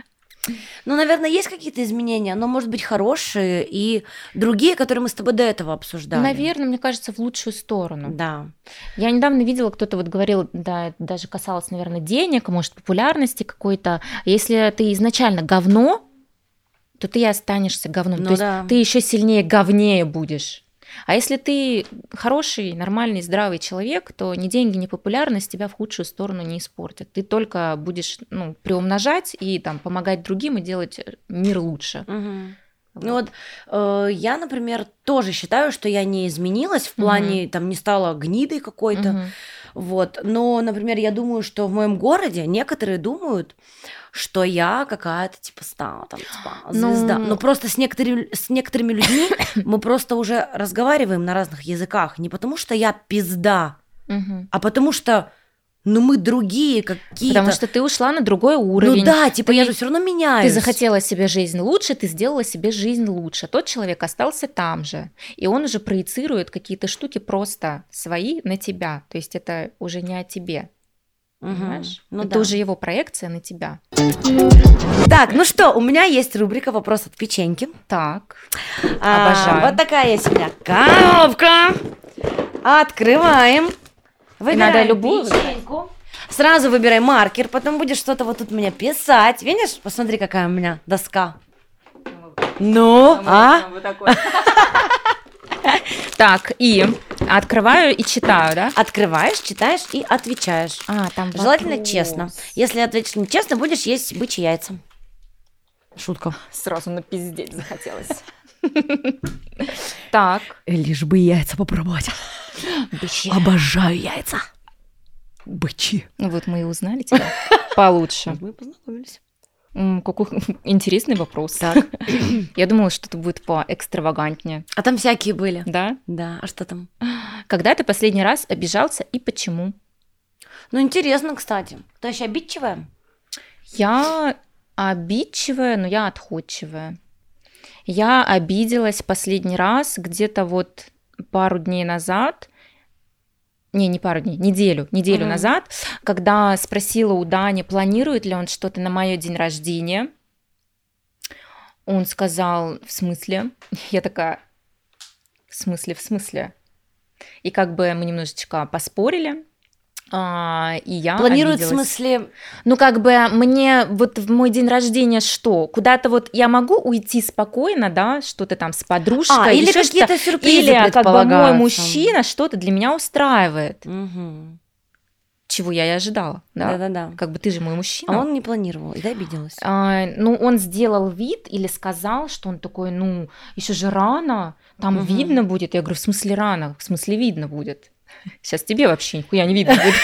Ну, наверное, есть какие-то изменения, но, может быть, хорошие и другие, которые мы с тобой до этого обсуждали. Наверное, мне кажется, в лучшую сторону. Да. Я недавно видела, кто-то вот говорил, да, это даже касалось, наверное, денег, может, популярности какой-то. Если ты изначально говно, то ты и останешься говном. Ну то есть да. ты еще сильнее говнее будешь. А если ты хороший, нормальный, здравый человек, то ни деньги, ни популярность тебя в худшую сторону не испортят. Ты только будешь, ну, приумножать и там помогать другим и делать мир лучше. Мгм. Ну вот э, я, например, тоже считаю, что я не изменилась в плане, там, не стала гнидой какой-то. Мгм. Вот. Но, например, я думаю, что в моем городе некоторые думают, что я какая-то типа стала там типа Ну. звезда. Но просто с некоторыми, с некоторыми людьми мы просто уже разговариваем на разных языках. Не потому что я пизда, Мгм. а потому что, ну, мы другие какие-то. Потому что ты ушла на другой уровень. Ну да, типа Ты- я же все равно меняюсь. Ты захотела себе жизнь лучше, ты сделала себе жизнь лучше. Тот человек остался там же, и он уже проецирует какие-то штуки просто свои на тебя. То есть это уже не о тебе, Мгм. понимаешь? Ну это да. уже его проекция на тебя. Так, ну что, у меня есть рубрика «Вопрос от печеньки». Так, А, Обожаю. вот такая есть у меня коробка. Открываем. Выбираем надо любую печеньку. Сразу выбирай маркер, потом будешь что-то вот тут у меня писать. Видишь? Посмотри, какая у меня доска. Ну, а? так, и открываю и читаю, да? Открываешь, читаешь и отвечаешь. А, там Желательно вопрос. честно. Если ответишь нечестно, будешь есть бычьи яйца. Шутка. Сразу напиздеть захотелось. Так, Лишь бы яйца попробовать. бычья. Обожаю яйца. Бычьи. Ну вот мы и узнали тебя получше. Мы познакомились. М, Какой интересный вопрос. Так. Я думала, что это будет поэкстравагантнее. А там всякие были. Да? Да, а что там? Когда ты последний раз обижался и почему? Ну, интересно, кстати. Ты вообще обидчивая? Я обидчивая, но я отходчивая. Я обиделась последний раз где-то вот пару дней назад. Не, не пару дней, неделю, неделю Мгм. назад, когда спросила у Дани, планирует ли он что-то на мое день рождения. Он сказал, в смысле? Я такая, в смысле, в смысле? И как бы мы немножечко поспорили, а, и я Планирует в обиделась. смысле... Ну, как бы мне вот в мой день рождения что? Куда-то вот я могу уйти спокойно, да, что-то там с подружкой. А, или ещё какие-то что-то. сюрпризы Или как бы мой предполагаются. мужчина что-то для меня устраивает, Мгм. чего я и ожидала, да? Да-да-да. Как бы ты же мой мужчина. А он не планировал, и ты обиделась. А, ну, он сделал вид или сказал, что он такой, ну, еще же рано, там Мгм. видно будет. Я говорю, в смысле рано? В смысле видно будет? Сейчас тебе вообще нихуя не видно будет.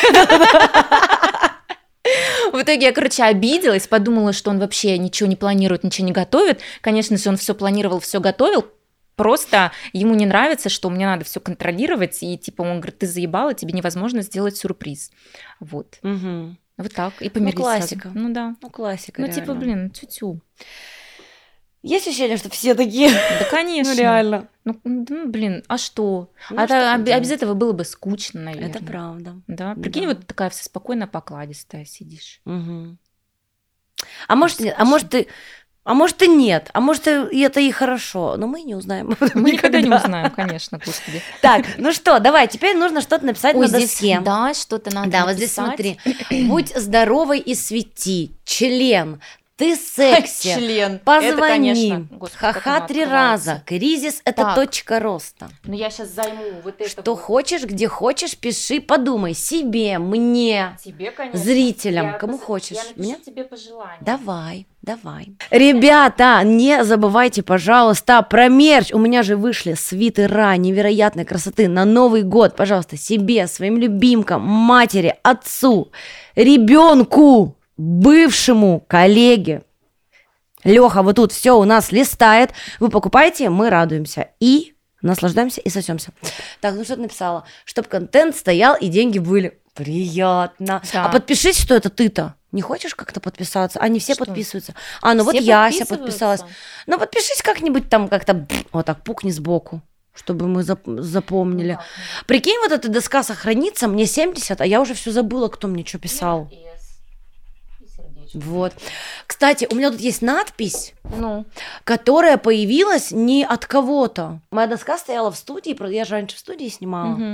В итоге я, короче, обиделась, подумала, что он вообще ничего не планирует, ничего не готовит. Конечно же, он все планировал, все готовил. Просто ему не нравится, что мне надо все контролировать, и типа он говорит, ты заебала, тебе невозможно сделать сюрприз. Вот. Мгм. Вот так. И помирились классика. сразу. Ну да. Ну, классика, Ну, типа, реально. блин, тю-тю. Есть ощущение, что все такие? Да, конечно. Ну, реально. Ну, ну, блин, а что? Ну, а, что это- а поделать? без этого было бы скучно, наверное. Это правда. Да, прикинь, Да. вот такая вся спокойно покладистая сидишь. Мгм. А может, нет, а Скучно. может, ты... А может и нет, а может и это и хорошо, но мы не узнаем. Мы никогда не узнаем, конечно, господи. Так, ну что, давай, теперь нужно что-то написать Ой, на здесь, доске. да, что-то надо Да, вот здесь написать. смотри. Будь здоровой и свети. Член. Ты секси. Член. Позвони. Это, конечно. Господи, как Ха-ха оно три открывается. раза. Кризис – это Так. точка роста. Ну, я сейчас займу вот это Что вот. хочешь, где хочешь, пиши, подумай. Себе, мне, Тебе, конечно. зрителям, Я кому пос- хочешь. Я напишу Мне? тебе пожелание. Давай, давай. Ребята, не забывайте, пожалуйста, про мерч. У меня же вышли свитера невероятной красоты на Новый год. Пожалуйста, себе, своим любимкам, матери, отцу, ребенку, бывшему коллеге. Леха вот тут все у нас листает. Вы покупаете, мы радуемся. И наслаждаемся и сосемся. Так, ну что ты написала? Чтоб контент стоял и деньги были. Приятно. Да. А подпишись, что это ты-то. Не хочешь как-то подписаться? А не все Что? подписываются. А, ну вот Все Яся подписываются. подписалась. Ну подпишись как-нибудь там как-то вот так пукни сбоку, чтобы мы зап- запомнили. Ну, да. Прикинь, вот эта доска сохранится, мне семьдесят, а я уже все забыла, кто мне что писал. И с- и сердечко. Вот. Кстати, у меня тут есть надпись, Ну, которая появилась не от кого-то. Моя доска стояла в студии, про- я же раньше в студии снимала. мгм.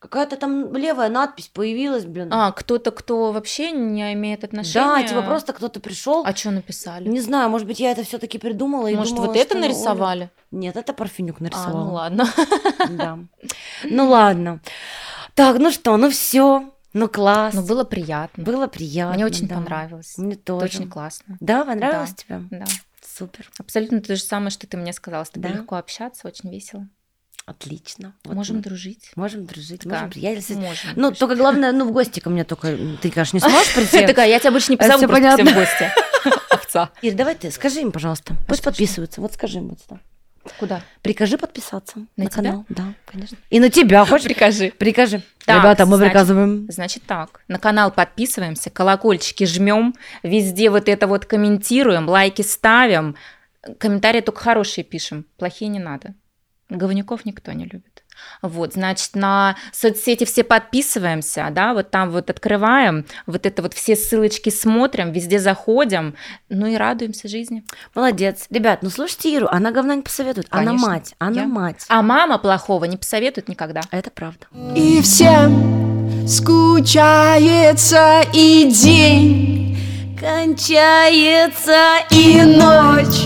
Какая-то там левая надпись появилась, блин. А, кто-то, кто вообще не имеет отношения? Да, типа просто кто-то пришел. А что написали? Не знаю, может быть, я это все-таки придумала и Может, думала, вот это что Оля- нарисовали? Нет, это Парфенюк А, нарисовал. ну ладно. Да. Ну ладно. Так, ну что, ну все, ну класс. Ну, было приятно. Было приятно. Мне очень да. понравилось. Мне Это тоже. очень классно. Да, понравилось Да. тебе? Да. Супер. Абсолютно то же самое, что ты мне сказала. С тобой Да? легко общаться, очень весело. Отлично. Вот Можем мы дружить. Можем дружить, Такая, можем приятельствовать. Можем. Ну, только главное, ну, в гости ко мне только... Ты, конечно, не сможешь прийти. Я такая, я тебя больше не Это позову всё просто к тебе понятно. в гости. Овца. Ир, давай ты, скажи им, пожалуйста. Пусть что, подписываются. Вот скажи им вот сюда. Куда? Прикажи подписаться на, На тебя? канал. Да, конечно. И на тебя, хочешь? Прикажи. Прикажи. Так, Ребята, мы значит, приказываем. Значит так, на канал подписываемся, колокольчики жмем, везде вот это вот комментируем, лайки ставим, комментарии только хорошие пишем, плохие не надо. Говнюков никто не любит. Вот, значит, на соцсети все подписываемся, да, вот там вот открываем, вот это вот все ссылочки смотрим, везде заходим, ну и радуемся жизни. Молодец. Ребят, ну слушайте Иру, она говна не посоветует. Она Конечно. мать, она Я- мать. А мама плохого не посоветует никогда. Это правда. И всем скучается и день, Кончается и ночь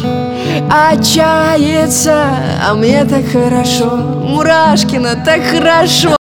отчается, а мне так хорошо, Мурашкина так хорошо.